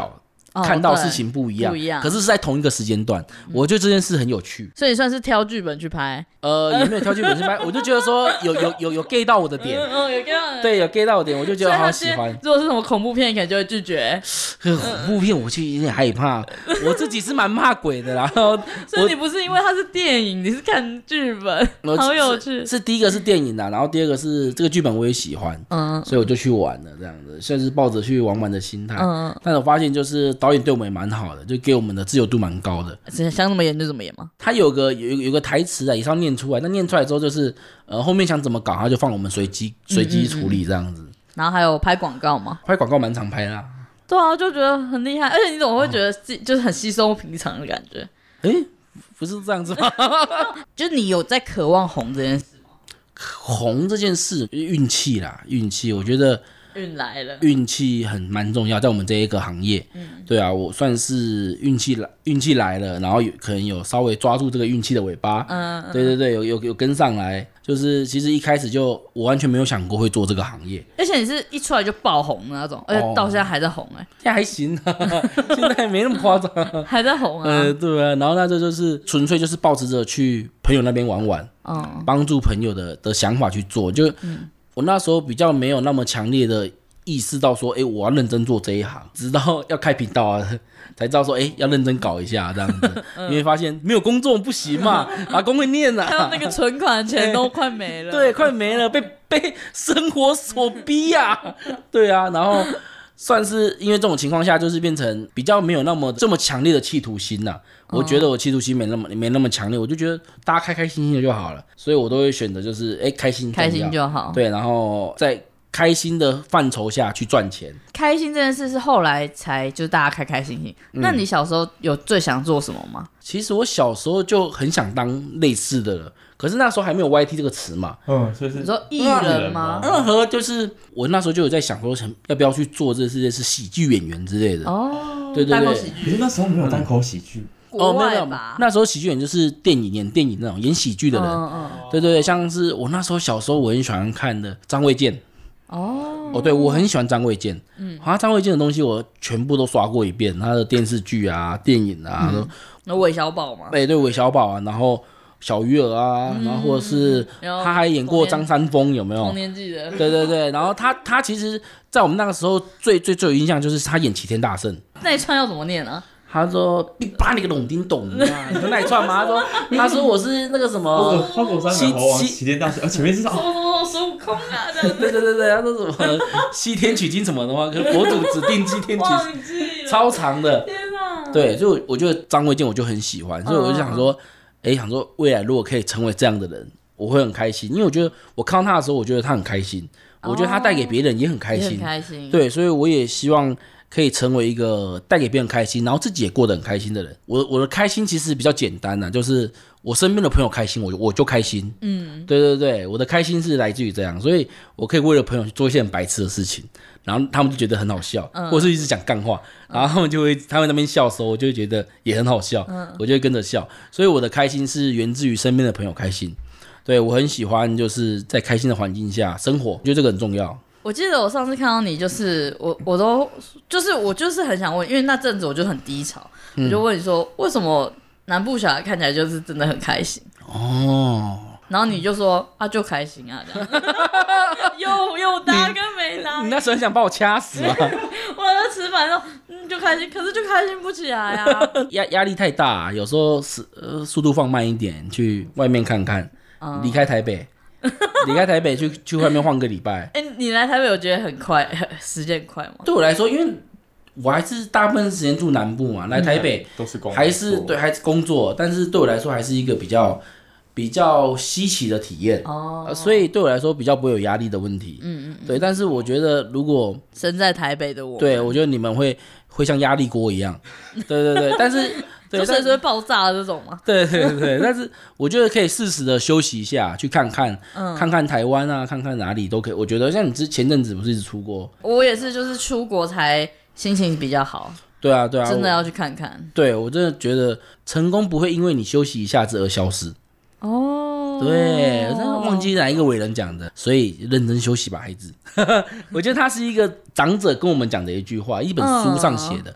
Speaker 2: 看到事情不一样，可是是在同一个时间段，我觉得这件事很有趣。
Speaker 1: 所以算是挑剧本去拍？
Speaker 2: 也没有挑剧本去拍，我就觉得说有 get 到我的点，
Speaker 1: 有 get 到，
Speaker 2: 对，有 get 到我的点，我就觉得好喜欢。
Speaker 1: 如果是什么恐怖片，你可能就会拒绝。
Speaker 2: 恐怖片我就有点害怕，我自己是蛮怕鬼的啦。所
Speaker 1: 以你不是因为它是电影，你是看剧本，好有趣。
Speaker 2: 是第一个是电影啦，然后第二个是这个剧本我也喜欢，所以我就去玩了，这样子，算是抱着去玩玩的心态。但我发现就是导演对我们也蛮好的，就给我们的自由度蛮高的。
Speaker 1: 想怎么演就怎么演吗？
Speaker 2: 他有个台词啊，也是要念出来。那念出来之后就是后面想怎么搞，他就放我们随机处理这样子。
Speaker 1: 然后还有拍广告吗？
Speaker 2: 拍广告蛮常拍啦。
Speaker 1: 对啊，就觉得很厉害，而且你怎么会觉得自己就是很稀松平常的感觉？
Speaker 2: 不是这样子吗？
Speaker 1: 就是你有在渴望红这件事吗？
Speaker 2: 红这件事，运气啦，运气，我觉得。
Speaker 1: 运来了，
Speaker 2: 运气蛮重要，在我们这一个行业，对啊，我算是运气来了，然后可能有稍微抓住这个运气的尾巴，对，有跟上来，就是其实一开始就我完全没有想过会做这个行业，
Speaker 1: 而且你是一出来就爆红的那种，而且到现在还在红
Speaker 2: 现在还行啊，现在没那么夸张，
Speaker 1: 还在红啊，
Speaker 2: 对啊，然后那这就是纯粹就是抱持着去朋友那边玩玩，帮助朋友的想法去做，就。我那时候比较没有那么强烈的意识到说，我要认真做这一行，直到要开频道啊，才知道说，要认真搞一下这样子，因为发现没有工作不行嘛，阿公会念啊，
Speaker 1: 还有那个存款钱都快没了，
Speaker 2: 对，快没了，被生活所逼啊，对啊，然后算是因为这种情况下，就是变成比较没有这么强烈的企图心呐。我觉得我企图心没那么强烈，我就觉得大家开开心心的就好了，所以我都会选择就是开心
Speaker 1: 就好，
Speaker 2: 对，然后在开心的范畴下去赚钱。
Speaker 1: 开心这件事是后来才就大家开开心心。那你小时候有最想做什么吗？
Speaker 2: 其实我小时候就很想当类似的了，可是那时候还没有 YT 这个词嘛。
Speaker 3: 所以是
Speaker 1: 你说艺人吗？
Speaker 2: 就是我那时候就有在想说，要不要去做这世界是喜剧演员之类的。对，
Speaker 1: 单口喜剧。
Speaker 3: 可是那时候没有单口喜剧。
Speaker 2: 没有，那时候喜剧演就是演电影那种演喜剧的人。对，像是我那时候小时候我很喜欢看的张卫健。对，我很喜欢张卫健。好像张卫健的东西我全部都刷过一遍，他的电视剧啊、电影啊，
Speaker 1: 那韦小宝嘛，
Speaker 2: 对，韦小宝啊，然后小鱼儿啊，然后或者是他还演过张三丰，有没有？
Speaker 1: 同年纪的。
Speaker 2: 对，然后他其实，在我们那个时候最有印象就是他演齐天大圣
Speaker 1: 那一串要怎么念啊？
Speaker 2: 他说：“你把你个龙丁懂啊！你说那一串吗？”他说我是那个什么
Speaker 3: 花果山猴王齐天大圣，前面是什
Speaker 1: 么孙悟空啊？
Speaker 2: 对，他说什么西天取经什么的话，佛祖指定西天取经，超长的。
Speaker 1: 天哪！
Speaker 2: 对，所以我觉得张卫健我就很喜欢，所以我就想说，未来如果可以成为这样的人，我会很开心，因为我觉得我看到他的时候，我觉得他很开心，我觉得他带给别人也很开心，对，所以我也希望。可以成为一个带给别人开心，然后自己也过得很开心的人。我的开心其实比较简单啊，就是我身边的朋友开心，我就开心。对，我的开心是来自于这样，所以我可以为了朋友去做一些很白痴的事情，然后他们就觉得很好笑，或是一直讲干话，然后他们那边笑的时候，我就会觉得也很好笑，我就会跟着笑。所以我的开心是源自于身边的朋友开心。对，我很喜欢就是在开心的环境下生活，我觉得这个很重要。
Speaker 1: 我记得我上次看到你，就是我就是很想问，因为那阵子我就很低潮，我就问你说，为什么南部小孩看起来就是真的很开心？然后你就说就开心啊，这样有答跟没答。
Speaker 2: 你那时候很想把我掐死吗？
Speaker 1: 我在吃饭的时候就开心，可是就开心不起来啊。
Speaker 2: 压力太大，有时候速度放慢一点，去外面看看，离开台北。离开台北去外面晃个礼拜。
Speaker 1: 你来台北有觉得很快，时间快吗？
Speaker 2: 对我来说，因为我还是大部分时间住南部嘛，来台北
Speaker 3: 都是工作，
Speaker 2: 还是工作，但是对我来说还是一个比较稀奇的体验所以对我来说比较不会有压力的问题。对，但是我觉得如果
Speaker 1: 身在台北的我，
Speaker 2: 对我觉得你们会像压力锅一样，对，但是。
Speaker 1: 就随时会爆炸的这种吗？
Speaker 2: 对，但是我觉得可以适时的休息一下，去看看台湾啊，看看哪里都可以。我觉得像你前阵子不是一直出国，我
Speaker 1: 也是，就是出国才心情比较好。
Speaker 2: 对啊，
Speaker 1: 真的要去看看。
Speaker 2: 对，我真的觉得成功不会因为你休息一下子而消失。对，我真的忘记哪一个伟人讲的，所以认真休息吧，孩子。我觉得他是一个长者跟我们讲的一句话，一本书上写的。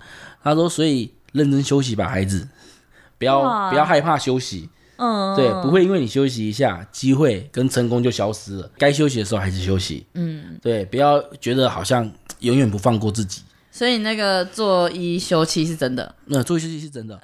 Speaker 2: 他说所以认真休息吧，孩子，不要害怕休息。对，不会因为你休息一下，机会跟成功就消失了。该休息的时候还是休息。对，不要觉得好像永远不放过自己。
Speaker 1: 所以那个做一休七是真的，
Speaker 2: 做一休七是真的，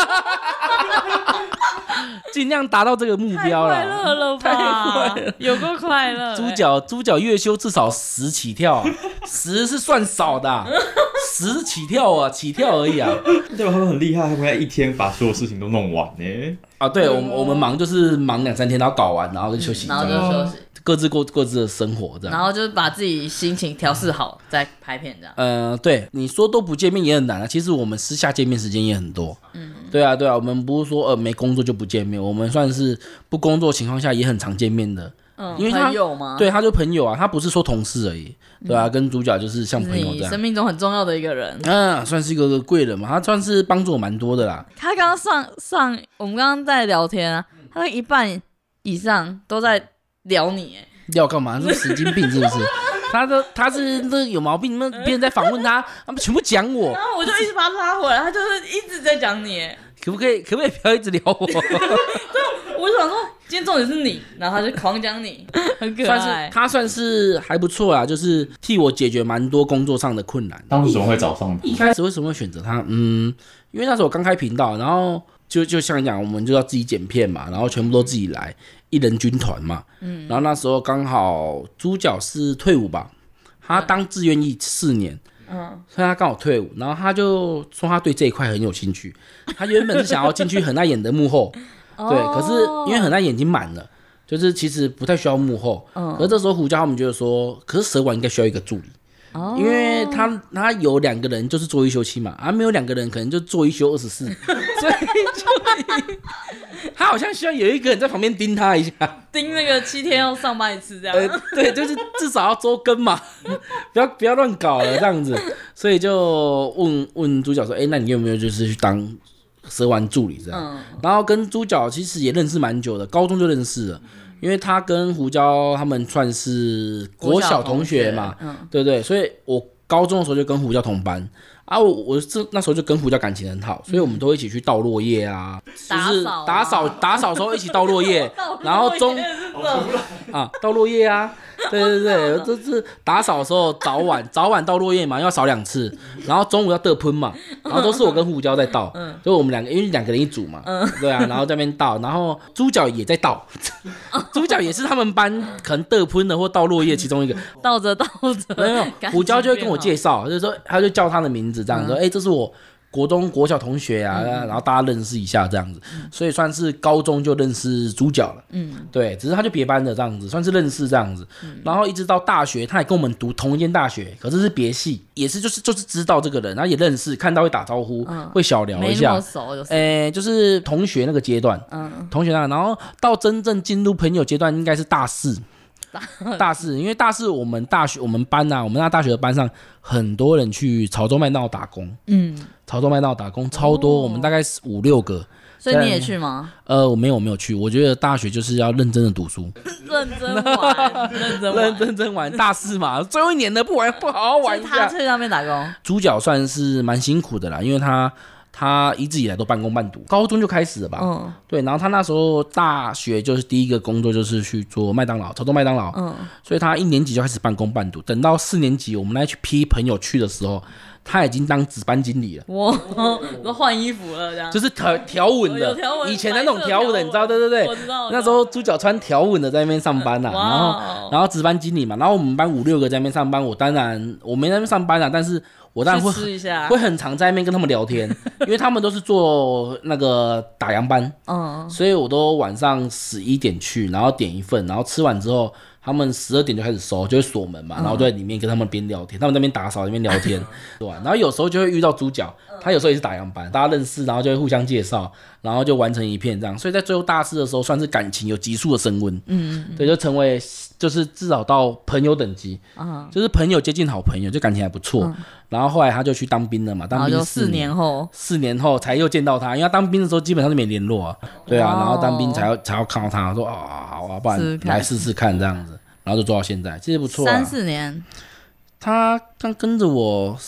Speaker 2: 尽量达到这个目标啦。
Speaker 1: 太快乐了吧？太快乐，有够快乐。
Speaker 2: 猪脚月休至少10起跳，10是算少的，10起跳啊，起跳而已啊。
Speaker 3: 对吧？他们很厉害，他们在一天把所有事情都弄完呢。
Speaker 2: 对，我们忙就是忙2-3天，然后搞完，然后就休息，
Speaker 1: 然后就休息。
Speaker 2: 各自过各自的生活，这样。
Speaker 1: 然后就是把自己心情调试好，再拍片这样。
Speaker 2: 对，你说都不见面也很难啊。其实我们私下见面时间也很多。对啊，我们不是说没工作就不见面，我们算是不工作情况下也很常见面的。因为他
Speaker 1: 朋友吗？
Speaker 2: 对，他就朋友啊，他不是说同事而已。对啊，跟主角就是像朋友这样。
Speaker 1: 你生命中很重要的一个人。
Speaker 2: 算是一个贵人嘛，他算是帮助我蛮多的啦。
Speaker 1: 他刚刚上我们刚刚在聊天啊，他一半以上都在聊你，
Speaker 2: 聊干嘛？是神经病是不是？他是那有毛病，别人在访问他，他们全部讲我，
Speaker 1: 然后我就一直把他拉回来，他就是一直在讲你，
Speaker 2: 可不可以不要一直聊我？对，
Speaker 1: 我就想说今天重点是你，然后他就狂讲你，很可爱。
Speaker 2: 他算是还不错啦，就是替我解决蛮多工作上的困难。
Speaker 3: 当时怎么会找上他？
Speaker 2: 一开始为什么会选择他？因为那时候我刚开频道，然后就像你讲，我们就要自己剪片嘛，然后全部都自己来，一人军团嘛。然后那时候刚好主角是退伍吧，他当志愿役4年。所以他刚好退伍，然后他就说他对这一块很有兴趣。他原本是想要进去很爱演的幕后，对，可是因为很爱演已经满了，就是其实不太需要幕后。可是这时候胡椒他们觉得说，可是蛇丸应该需要一个助理。因为他有2个人就是做一休七嘛，没有2个人可能就做一休24，所以就他好像需要有一个人在旁边盯他一下，
Speaker 1: 盯那个7天要上班一次这样。
Speaker 2: 对，就是至少要周更嘛，不要乱搞了这样子，所以就问主角说，那你有没有就是去当蛇丸助理这样？然后跟主角其实也认识蛮久的，高中就认识了。因为他跟胡椒他们算是国小同学嘛，对不对？所以我高中的时候就跟胡椒同班啊，我那时候就跟胡椒感情很好，所以我们都一起去倒落叶啊，就是打扫的时候一起倒落叶，然后倒落叶啊，对，就是打扫的时候早晚倒落叶嘛，要扫2次，然后中午要得喷嘛，然后都是我跟胡椒在倒，就我们2个，因为2个人一组嘛，对啊，然后在那边倒，然后猪脚也在倒，猪脚也是他们班可能得喷的或倒落叶其中一个，
Speaker 1: 倒着，
Speaker 2: 没有，胡椒就会跟我介绍，就是说他就叫他的名字这样说，这是我国中国小同学啊，然后大家认识一下这样子，所以算是高中就认识主角了。对，只是他就别班的这样子，算是认识这样子。然后一直到大学，他也跟我们读同一间大学，可是是别系，也是就是知道这个人，然后也认识，看到会打招呼，会小聊一下。
Speaker 1: 没那么熟，
Speaker 2: 就是同学那个阶段，同学那个，然后到真正进入朋友阶段，应该是大4。因为大4我们班啊，我们那大学的班上很多人去潮州麦当劳打工，潮州麦当劳打工超多，我们大概5-6个。
Speaker 1: 所以你也去吗？
Speaker 2: 我没有去，我觉得大学就是要认真的读书，
Speaker 1: 认真玩，
Speaker 2: 大4嘛，最后1年的不好好玩一下。
Speaker 1: 所以他去那边打工，
Speaker 2: 主角算是蛮辛苦的啦，因为他一直以来都半工半读，高中就开始了吧？对，然后他那时候大学就是第一个工作就是去做麦当劳，潮州麦当劳，所以他1年级就开始半工半读，等到4年级我们那去批朋友去的时候，他已经当值班经理了。
Speaker 1: 哇，都换衣服了这样，
Speaker 2: 就是条纹的，以前那种条纹的，你知道？对，
Speaker 1: 我知道。
Speaker 2: 那时候猪脚穿条纹的在那边上班然后值班经理嘛，然后我们班5-6个在那边上班，我没在那边上班但是我当然会很常在那边跟他们聊天，因为他们都是做那个打烊班，所以我都晚上11点去，然后点一份，然后吃完之后，他们12点就开始收，就会锁门嘛，然后就在里面跟他们边聊天，他们在那边打扫，那边聊天，对吧？然后有时候就会遇到主角，他有时候也是打烊班，大家认识，然后就会互相介绍，然后就完成一片这样，所以在最后大4的时候，算是感情有急速的升温，对，就成为就是至少到朋友等级，就是朋友接近好朋友，就感情还不错。然后后来他就去当兵了嘛，当兵4年后才又见到他，因为他当兵的时候基本上是没联络啊，对啊，然后当兵才要看到他，说好啊，不然来试试看这样子，然后就做到现在，其实不错啊。
Speaker 1: 3-4年，
Speaker 2: 他刚跟着我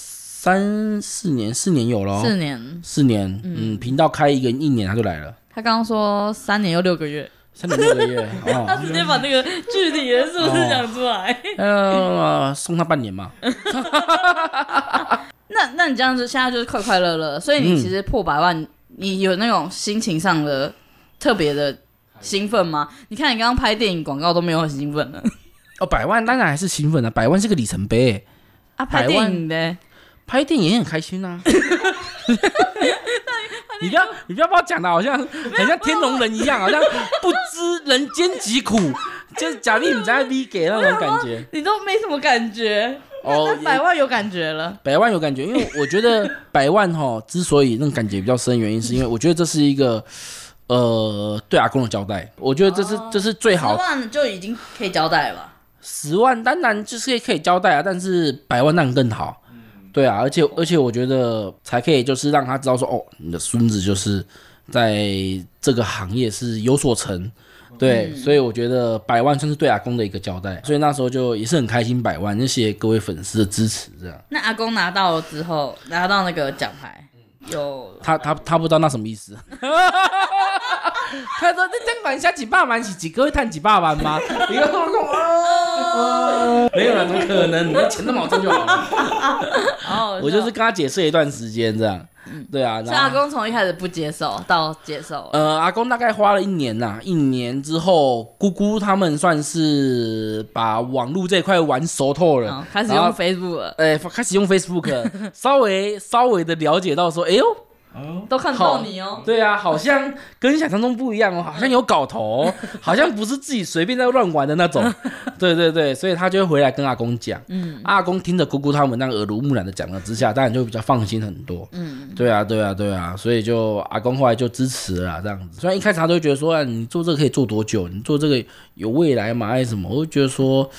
Speaker 2: 4年有了，4年，频道开1年他就来了。
Speaker 1: 他刚刚说3年又6个月。
Speaker 2: 3年6个月，
Speaker 1: 他直接把那个具体的数字讲出来。
Speaker 2: 送他半年嘛。
Speaker 1: 那你这样子现在就是快快乐乐，所以你其实破100万，你有那种心情上的特别的兴奋吗？你看你刚刚拍电影广告都没有很兴奋了。
Speaker 2: 100万当然还是兴奋的，100万是个里程碑。
Speaker 1: 拍电影的，
Speaker 2: 拍电影也很开心啊。你不要把我讲的好像很像天龙人一样，好像不知人间疾苦，就是假币你在 V 给那种感觉。
Speaker 1: 你都没什么感觉哦，那100万有感觉了。
Speaker 2: 100万有感觉，因为我觉得100万之所以那种感觉比较深，原因是因为我觉得这是一个对阿公的交代。我觉得这是最好。10
Speaker 1: 万就已经可以交代了吧
Speaker 2: ？10万当然就是可以交代啊，但是100万当然更好。对啊，而且我觉得才可以就是让他知道说，你的孙子就是在这个行业是有所成，对，所以我觉得100万算是对阿公的一个交代，所以那时候就也是很开心100万，谢谢各位粉丝的支持，这样。
Speaker 1: 那阿公拿到了之后，拿到那个奖牌，有
Speaker 2: 他不知道那什么意思。他说：“这奖款下几百万是几个会赚几百万吗？”你跟我说：“没有啦，怎么可能？你的钱那么好挣就好了。”我就是跟他解释了一段时间这样。对啊，
Speaker 1: 所以阿公从一开始不接受到接受。
Speaker 2: 阿公大概花了1年呐，1年之后，姑姑他们算是把网络这一块玩熟透了，
Speaker 1: 开始用 Facebook 了。
Speaker 2: 开始用 Facebook， 稍微的了解到说，哎呦。
Speaker 1: 都看到你哦，
Speaker 2: 对啊，好像跟想象中不一样哦，好像有搞头，好像不是自己随便在乱玩的那种，对，所以他就会回来跟阿公讲，阿公听着姑姑他们那个耳濡目染的讲了之下，当然就比较放心很多，对啊，所以就阿公后来就支持了啦，这样子。虽然一开始他都会觉得说，你做这个可以做多久？你做这个有未来吗？还是什么？我就觉得说，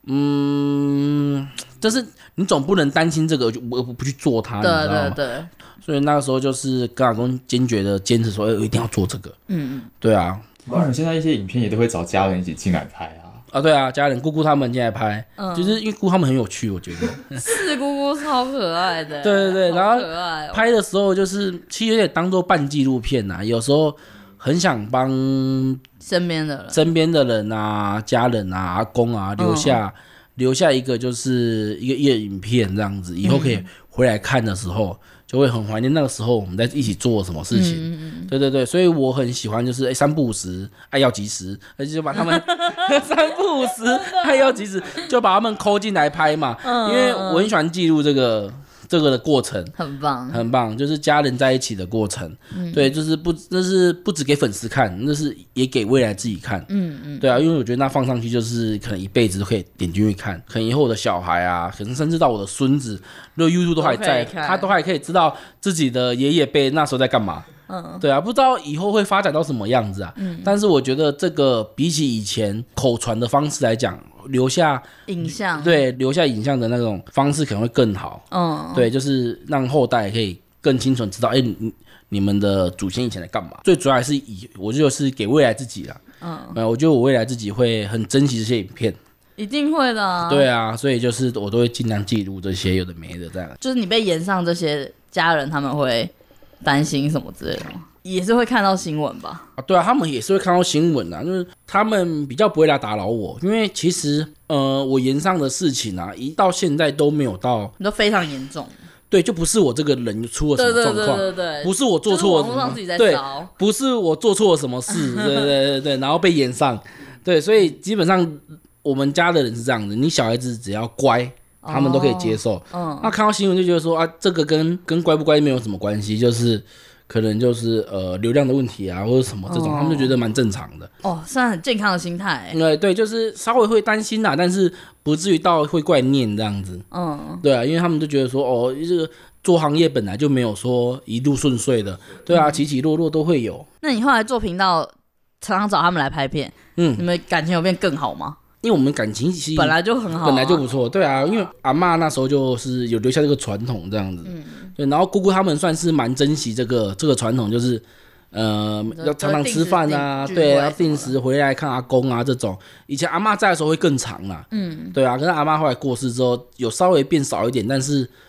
Speaker 2: 就是你总不能担心这个我不去做它，你知道吗？对。所以那个时候就是跟阿公坚决的坚持说，我一定要做这个。对啊。
Speaker 3: 当然，现在一些影片也都会找家人一起进来拍啊。
Speaker 2: 对啊，家人姑姑他们进来拍，就是因为姑姑他们很有趣，我觉得。
Speaker 1: 是姑姑超可爱的。
Speaker 2: 对，然后拍的时候就是其实有点当做半纪录片啊，有时候很想帮
Speaker 1: 身边
Speaker 2: 的人啊、家人啊、阿公啊留下一个就是一个影片这样子，以后可以回来看的时候。就会很怀念那个时候我们在一起做什么事情，对，所以我很喜欢就是3不5时爱要及时，而且就把他们3不5时爱要及时就把他们抠进来拍嘛，因为我很喜欢记录这个的过程，很棒，就是家人在一起的过程，对，就是不只给粉丝看，那是也给未来自己看，对啊，因为我觉得那放上去就是可能一辈子都可以点进去看，可能以后我的小孩啊，可能甚至到我的孙子，如果 YouTube 都还在，他都还可以知道自己的爷爷辈那时候在干嘛。对啊，不知道以后会发展到什么样子啊。但是我觉得这个比起以前口传的方式来讲，留下影像的那种方式可能会更好。对，就是让后代可以更清楚知道，你们的祖先以前在干嘛。最主要还是我就是给未来自己啦。我觉得我未来自己会很珍惜这些影片。
Speaker 1: 一定会的啊。
Speaker 2: 对啊，所以就是我都会尽量记录这些有的没的这样。
Speaker 1: 就是你被延上这些家人他们会担心什么之类的吗？也是会看到新闻吧？
Speaker 2: 对啊，他们也是会看到新闻啊，就是他们比较不会来打扰我，因为其实我延上的事情啊，一到现在都没有到，
Speaker 1: 都非常严重。
Speaker 2: 对，就不是我这个人出了什么状况，对，不是我做错了什么，对，不是我做错了什么事，对，然后被延上，对，所以基本上我们家的人是这样的，你小孩子只要乖。他们都可以接受，那看到新闻就觉得说这个跟乖不乖没有什么关系，就是可能就是流量的问题啊，或者什么这种，他们就觉得蛮正常的。
Speaker 1: 算很健康的心态。
Speaker 2: 对，就是稍微会担心啦，但是不至于到会怪念这样子。对啊，因为他们就觉得说这个做行业本来就没有说一路顺遂的，对啊，起起落落都会有。
Speaker 1: 那你后来做频道，常常找他们来拍片，你们感情有变更好吗？
Speaker 2: 因为我们感情其实
Speaker 1: 本来就很好，
Speaker 2: 本来就不错，对啊，因为阿嬷那时候就是有留下这个传统这样子，对，然后姑姑他们算是蛮珍惜这个传统，就是要常常吃饭啊，对，要定时回来看阿公啊这种。以前阿嬷在的时候会更长啦，对啊，可是阿嬷后来过世之后有稍微变少一点，但是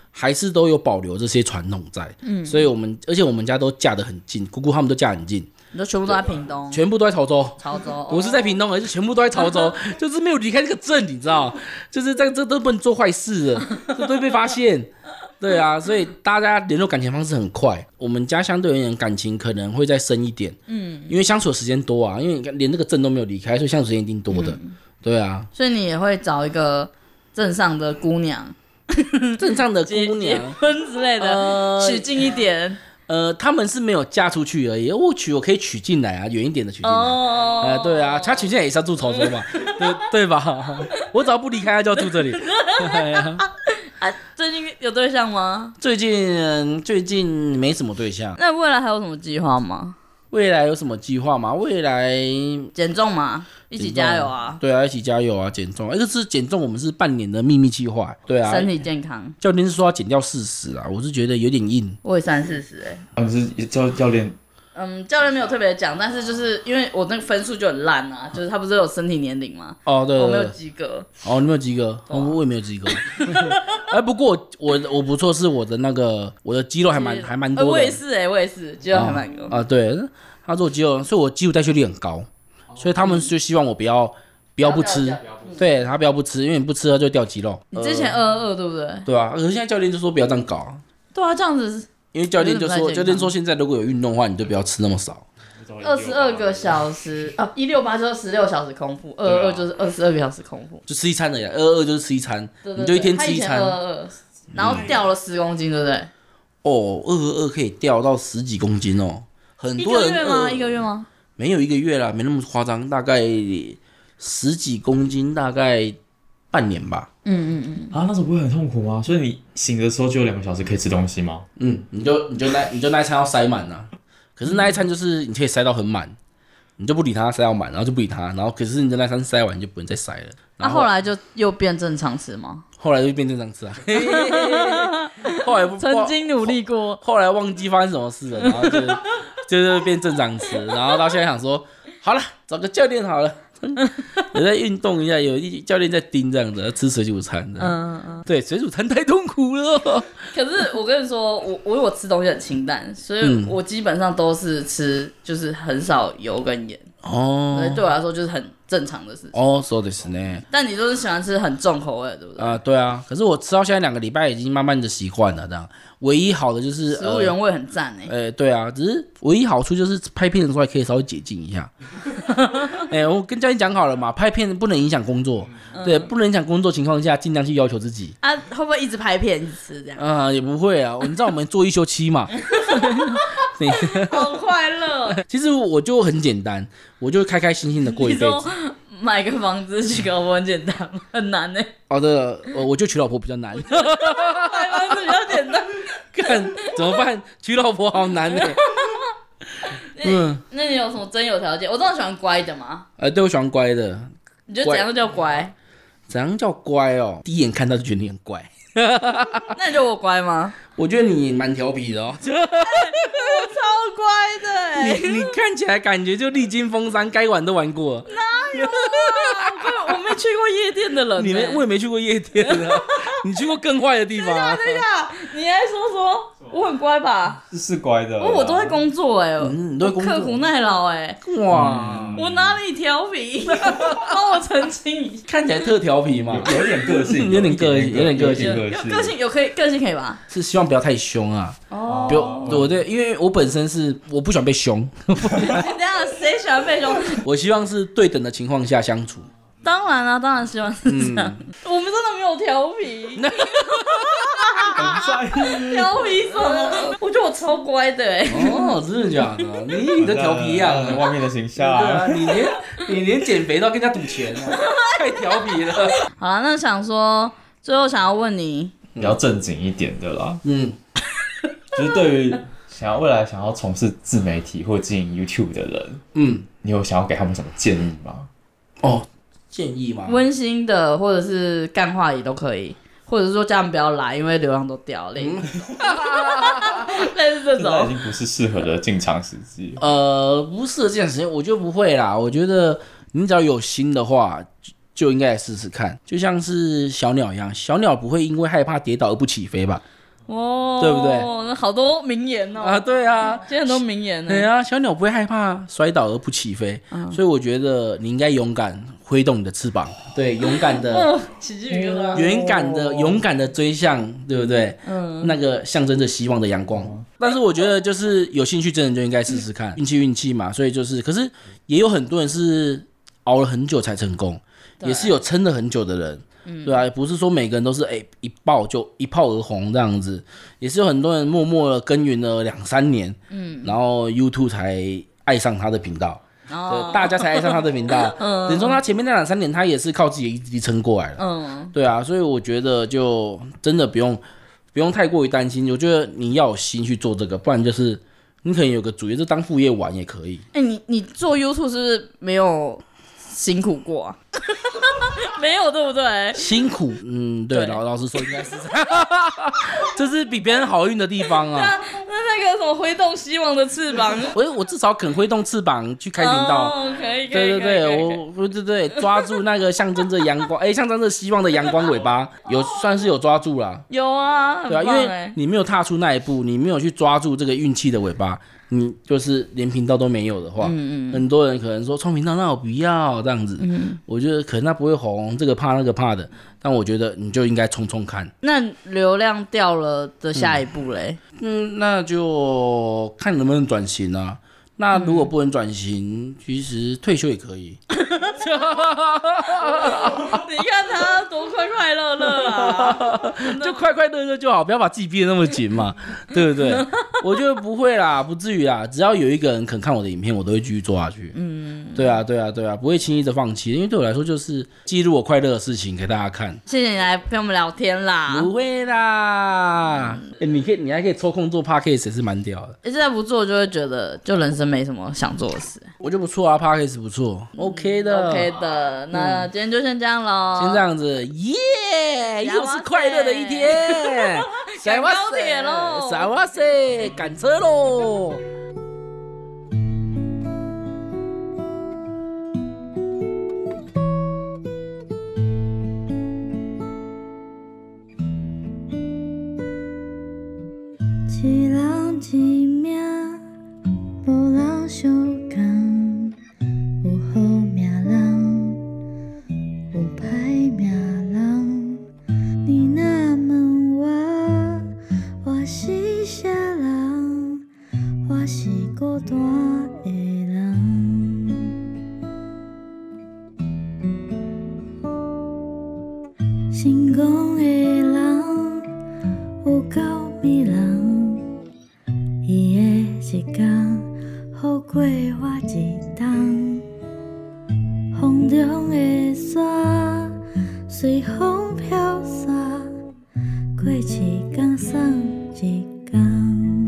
Speaker 2: 还是都有保留这些传统在。所以而且我们家都嫁得很近，姑姑他们都嫁很近。
Speaker 1: 你都全部都在屏东，
Speaker 2: 全部都在潮州。不是在屏东，而是全部都在潮州，就是没有离开这个镇，你知道？就是这都不能做坏事了，这都会被发现。对啊，所以大家联络感情方式很快。我们家相对而言感情可能会再深一点，因为相处的时间多啊，因为你看连那个镇都没有离开，所以相处时间一定多的。对啊，
Speaker 1: 所以你也会找一个镇上的姑娘，
Speaker 2: 镇上的姑娘
Speaker 1: 结婚之类的，取近一点。
Speaker 2: 他们是没有嫁出去而已，我可以娶进来啊，远一点的娶进来。对啊，他娶进来也是要住潮州嘛，对吧？我只要不离开，他就要住这里。
Speaker 1: 最近有对象吗？
Speaker 2: 最近没什么对象。
Speaker 1: 那未来还有什么计划吗？
Speaker 2: 未来有什么计划吗？未来
Speaker 1: 减重嘛，一起加油啊！
Speaker 2: 对啊，一起加油啊！减重，这是减重，我们是半年的秘密计划。对啊，
Speaker 1: 身体健康。
Speaker 2: 教练是说要减掉40啊，我是觉得有点硬。
Speaker 1: 我也30
Speaker 3: 是教练。
Speaker 1: 教练没有特别讲，但是就是因为我那个分数就很烂啊，就是他不是有身体年龄吗？
Speaker 2: 对，
Speaker 1: 我没有及格。
Speaker 2: 你没有及格，我也没有及格。不过我不错，是我的那个我的肌肉还蛮多的。
Speaker 1: 我也是，肌肉还蛮多。
Speaker 2: 对，他做肌肉，所以我基础代谢率很高，所以他们就希望我不要不吃，对他不要不吃，因为你不吃他就掉肌肉。
Speaker 1: 你之前222对不对？
Speaker 2: 对啊，可是现在教练就说不要这样搞。
Speaker 1: 对啊，这样子。
Speaker 2: 因为教练说现在如果有运动的话，你就不要吃那么少。
Speaker 1: 22个小时168就是16小时空腹，222就是22个小时空腹，
Speaker 2: 就吃一餐的呀。22就是吃一餐，你就一天吃一餐。
Speaker 1: 然后掉了10公斤，对不对
Speaker 2: ？22可以掉到10几公斤哦，很多人
Speaker 1: 一个月吗？
Speaker 2: 没有1个月啦，没那么夸张，大概10几公斤，大概半年吧。
Speaker 3: 那时候不会很痛苦吗？所以你醒的时候就有2个小时可以吃东西吗？
Speaker 2: 你就那一餐要塞满啊。可是那一餐就是你可以塞到很满，你就不理他塞到满，然后就不理他，然后可是你的那一餐塞完你就不能再塞了。
Speaker 1: 那后来就又变正常吃吗？
Speaker 2: 后来就变正常吃啊。后来
Speaker 1: 曾经努力过，
Speaker 2: 后来忘记发生什么事了，然后就是变正常吃，然后到现在想说，好了，找个教练好了。有在运动一下，有教练在盯这样子，吃水煮餐的。对，水煮餐太痛苦了。
Speaker 1: 可是我跟你说，我吃东西很清淡，所以我基本上都是吃，就是很少油跟盐。对我来说就是很正常的事情。
Speaker 2: そうですね。
Speaker 1: 但你都是喜欢吃很重口味的，对不对？
Speaker 2: 对啊。可是我吃到现在2个礼拜，已经慢慢的习惯了。这样，唯一好的就是
Speaker 1: 食物原味很赞
Speaker 2: 对啊，只是唯一好处就是拍片的时候还可以稍微解禁一下。我跟教练讲好了嘛，拍片不能影响工作，对，不能影响工作情况下，尽量去要求自己。
Speaker 1: 会不会一直拍片一直吃这样？
Speaker 2: 也不会啊，你知道我们做1休7嘛。
Speaker 1: 好快乐。
Speaker 2: 其实我就很简单，我就开开心心的过一辈子。
Speaker 1: 买个房子娶个老婆很简单吗？很难呢。
Speaker 2: 我就娶老婆比较难。买
Speaker 1: 房子比较简单。
Speaker 2: 看怎么办？娶老婆好难呢。
Speaker 1: 那你有什么真有条件？我真的喜欢乖的吗？
Speaker 2: 对，我喜欢乖的。
Speaker 1: 你觉得怎样叫乖？
Speaker 2: 怎样叫乖哦？第一眼看到就觉得你很乖。
Speaker 1: 那你觉得我乖吗？
Speaker 2: 我觉得你蛮调皮的哦。
Speaker 1: 我超乖的
Speaker 2: 你看起来感觉就历经风霜，该玩都玩过了。
Speaker 1: 哪有啊？我没去过夜店的人。
Speaker 2: 我也没去过夜店啊。你去过更坏的地方。等
Speaker 1: 一下，你来说，我很乖吧？
Speaker 3: 是乖的。
Speaker 1: 我都在工作
Speaker 2: 你都在工作，
Speaker 1: 刻苦耐劳哇！我哪里调皮？帮我澄清一下。
Speaker 2: 看起来特调皮嘛，
Speaker 3: 有点个性，
Speaker 2: 有点个性，
Speaker 1: 个性个性可以吧？
Speaker 2: 是希望不要太凶啊。对，因为我本身是我不喜欢被凶。
Speaker 1: 等下谁喜欢被凶？
Speaker 2: 我希望是对等的情况下相处。
Speaker 1: 当然啊，当然希望是这样。我们真的没有调皮。调皮什么？我觉得我超乖的
Speaker 2: 真的假的？你的调皮呀，
Speaker 3: 外面的形象。
Speaker 2: 对啊，你连减肥都要跟人家赌钱太调皮了。
Speaker 1: 好了，那想说最后想要问你
Speaker 3: 比较正经一点的啦。就是对于未来想要从事自媒体或经营 YouTube 的人，你有想要给他们什么建议吗？
Speaker 2: 建议吗？
Speaker 1: 温馨的，或者是干话也都可以，或者是说叫他们不要来，因为流量都掉了。类似这种，
Speaker 3: 现在已经不是适合的进场时机。
Speaker 2: 不适合进场时间，我觉得不会啦。我觉得你只要有心的话，就应该来试试看。就像是小鸟一样，小鸟不会因为害怕跌倒而不起飞吧？ 哦，对不对？
Speaker 1: 好多名言哦。
Speaker 2: 啊，对啊，
Speaker 1: 今天很多名言呢。
Speaker 2: 对啊，小鸟不会害怕摔倒而不起飞，所以我觉得你应该勇敢挥动你的翅膀，对，勇敢的，勇敢的追向，对不对？那个象征着希望的阳光。但是我觉得就是有兴趣，真的就应该试试看，运气嘛。所以就是，可是也有很多人是熬了很久才成功，也是有撑了很久的人。对啊，不是说每个人都是一爆就一炮而红这样子，也是有很多人默默的耕耘了2-3年，然后 YouTube 才爱上他的频道，对，大家才爱上他的频道。等于说他前面那2-3年，他也是靠自己的意志力撑过来了。对啊，所以我觉得就真的不用太过于担心，我觉得你要有心去做这个，不然就是你可能有个主业，就当副业玩也可以。
Speaker 1: 你做 YouTube 是不是没有辛苦过啊？没有，对不对？
Speaker 2: 辛苦，对，老实说应该是这是比别人好运的地方啊。
Speaker 1: 那个什么挥动希望的翅膀，
Speaker 2: 我至少肯挥动翅膀去开频道。
Speaker 1: 可以，
Speaker 2: 对，抓住那个象征着阳光，象征着希望的阳光尾巴，算是有抓住啦。
Speaker 1: 有啊，
Speaker 2: 对啊，因为你没有踏出那一步，你没有去抓住这个运气的尾巴，你就是连频道都没有的话，很多人可能说冲频道那我不要这样子，我觉得可能他不会红，这个怕那个怕的，但我觉得你就应该冲冲看。
Speaker 1: 那流量掉了的下一步嘞？
Speaker 2: 那就看能不能转型啊。那如果不能转型，其实退休也可以。
Speaker 1: 你看他多快快乐乐啦，
Speaker 2: 就快快乐乐就好，不要把自己逼得那么紧嘛，对不对？我觉得不会啦，不至于啦，只要有一个人肯看我的影片，我都会继续做下去。对啊，不会轻易的放弃，因为对我来说就是记录我快乐的事情给大家看。
Speaker 1: 谢谢你来陪我们聊天啦。
Speaker 2: 不会啦，你还可以抽空做 podcast 也是蛮屌的。
Speaker 1: 现在不做就会觉得就人生没什么想做的事。
Speaker 2: 我觉得不错啊 ，podcast 不错 ，OK 的。
Speaker 1: 那今天就先这样咯。
Speaker 2: 先这样子，耶，又是快乐的一天。
Speaker 1: 赶高铁咯，
Speaker 2: 哇塞，赶车咯。
Speaker 4: 一人一命，无人相共，有好命人，有歹命人。你若问我是啥人？我是孤单的人。成功的人有够迷人。伊的一天，好过我一冬。风中的沙随风飘散，过一天送一天。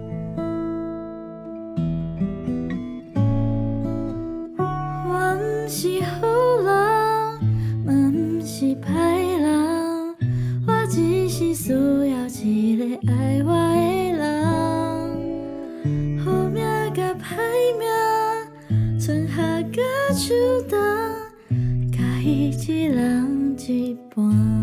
Speaker 4: 我不是好人，嘛不是歹人，我只是需要一个爱我的人。好命甲歹命，春夏甲秋冬，甲伊一人一半。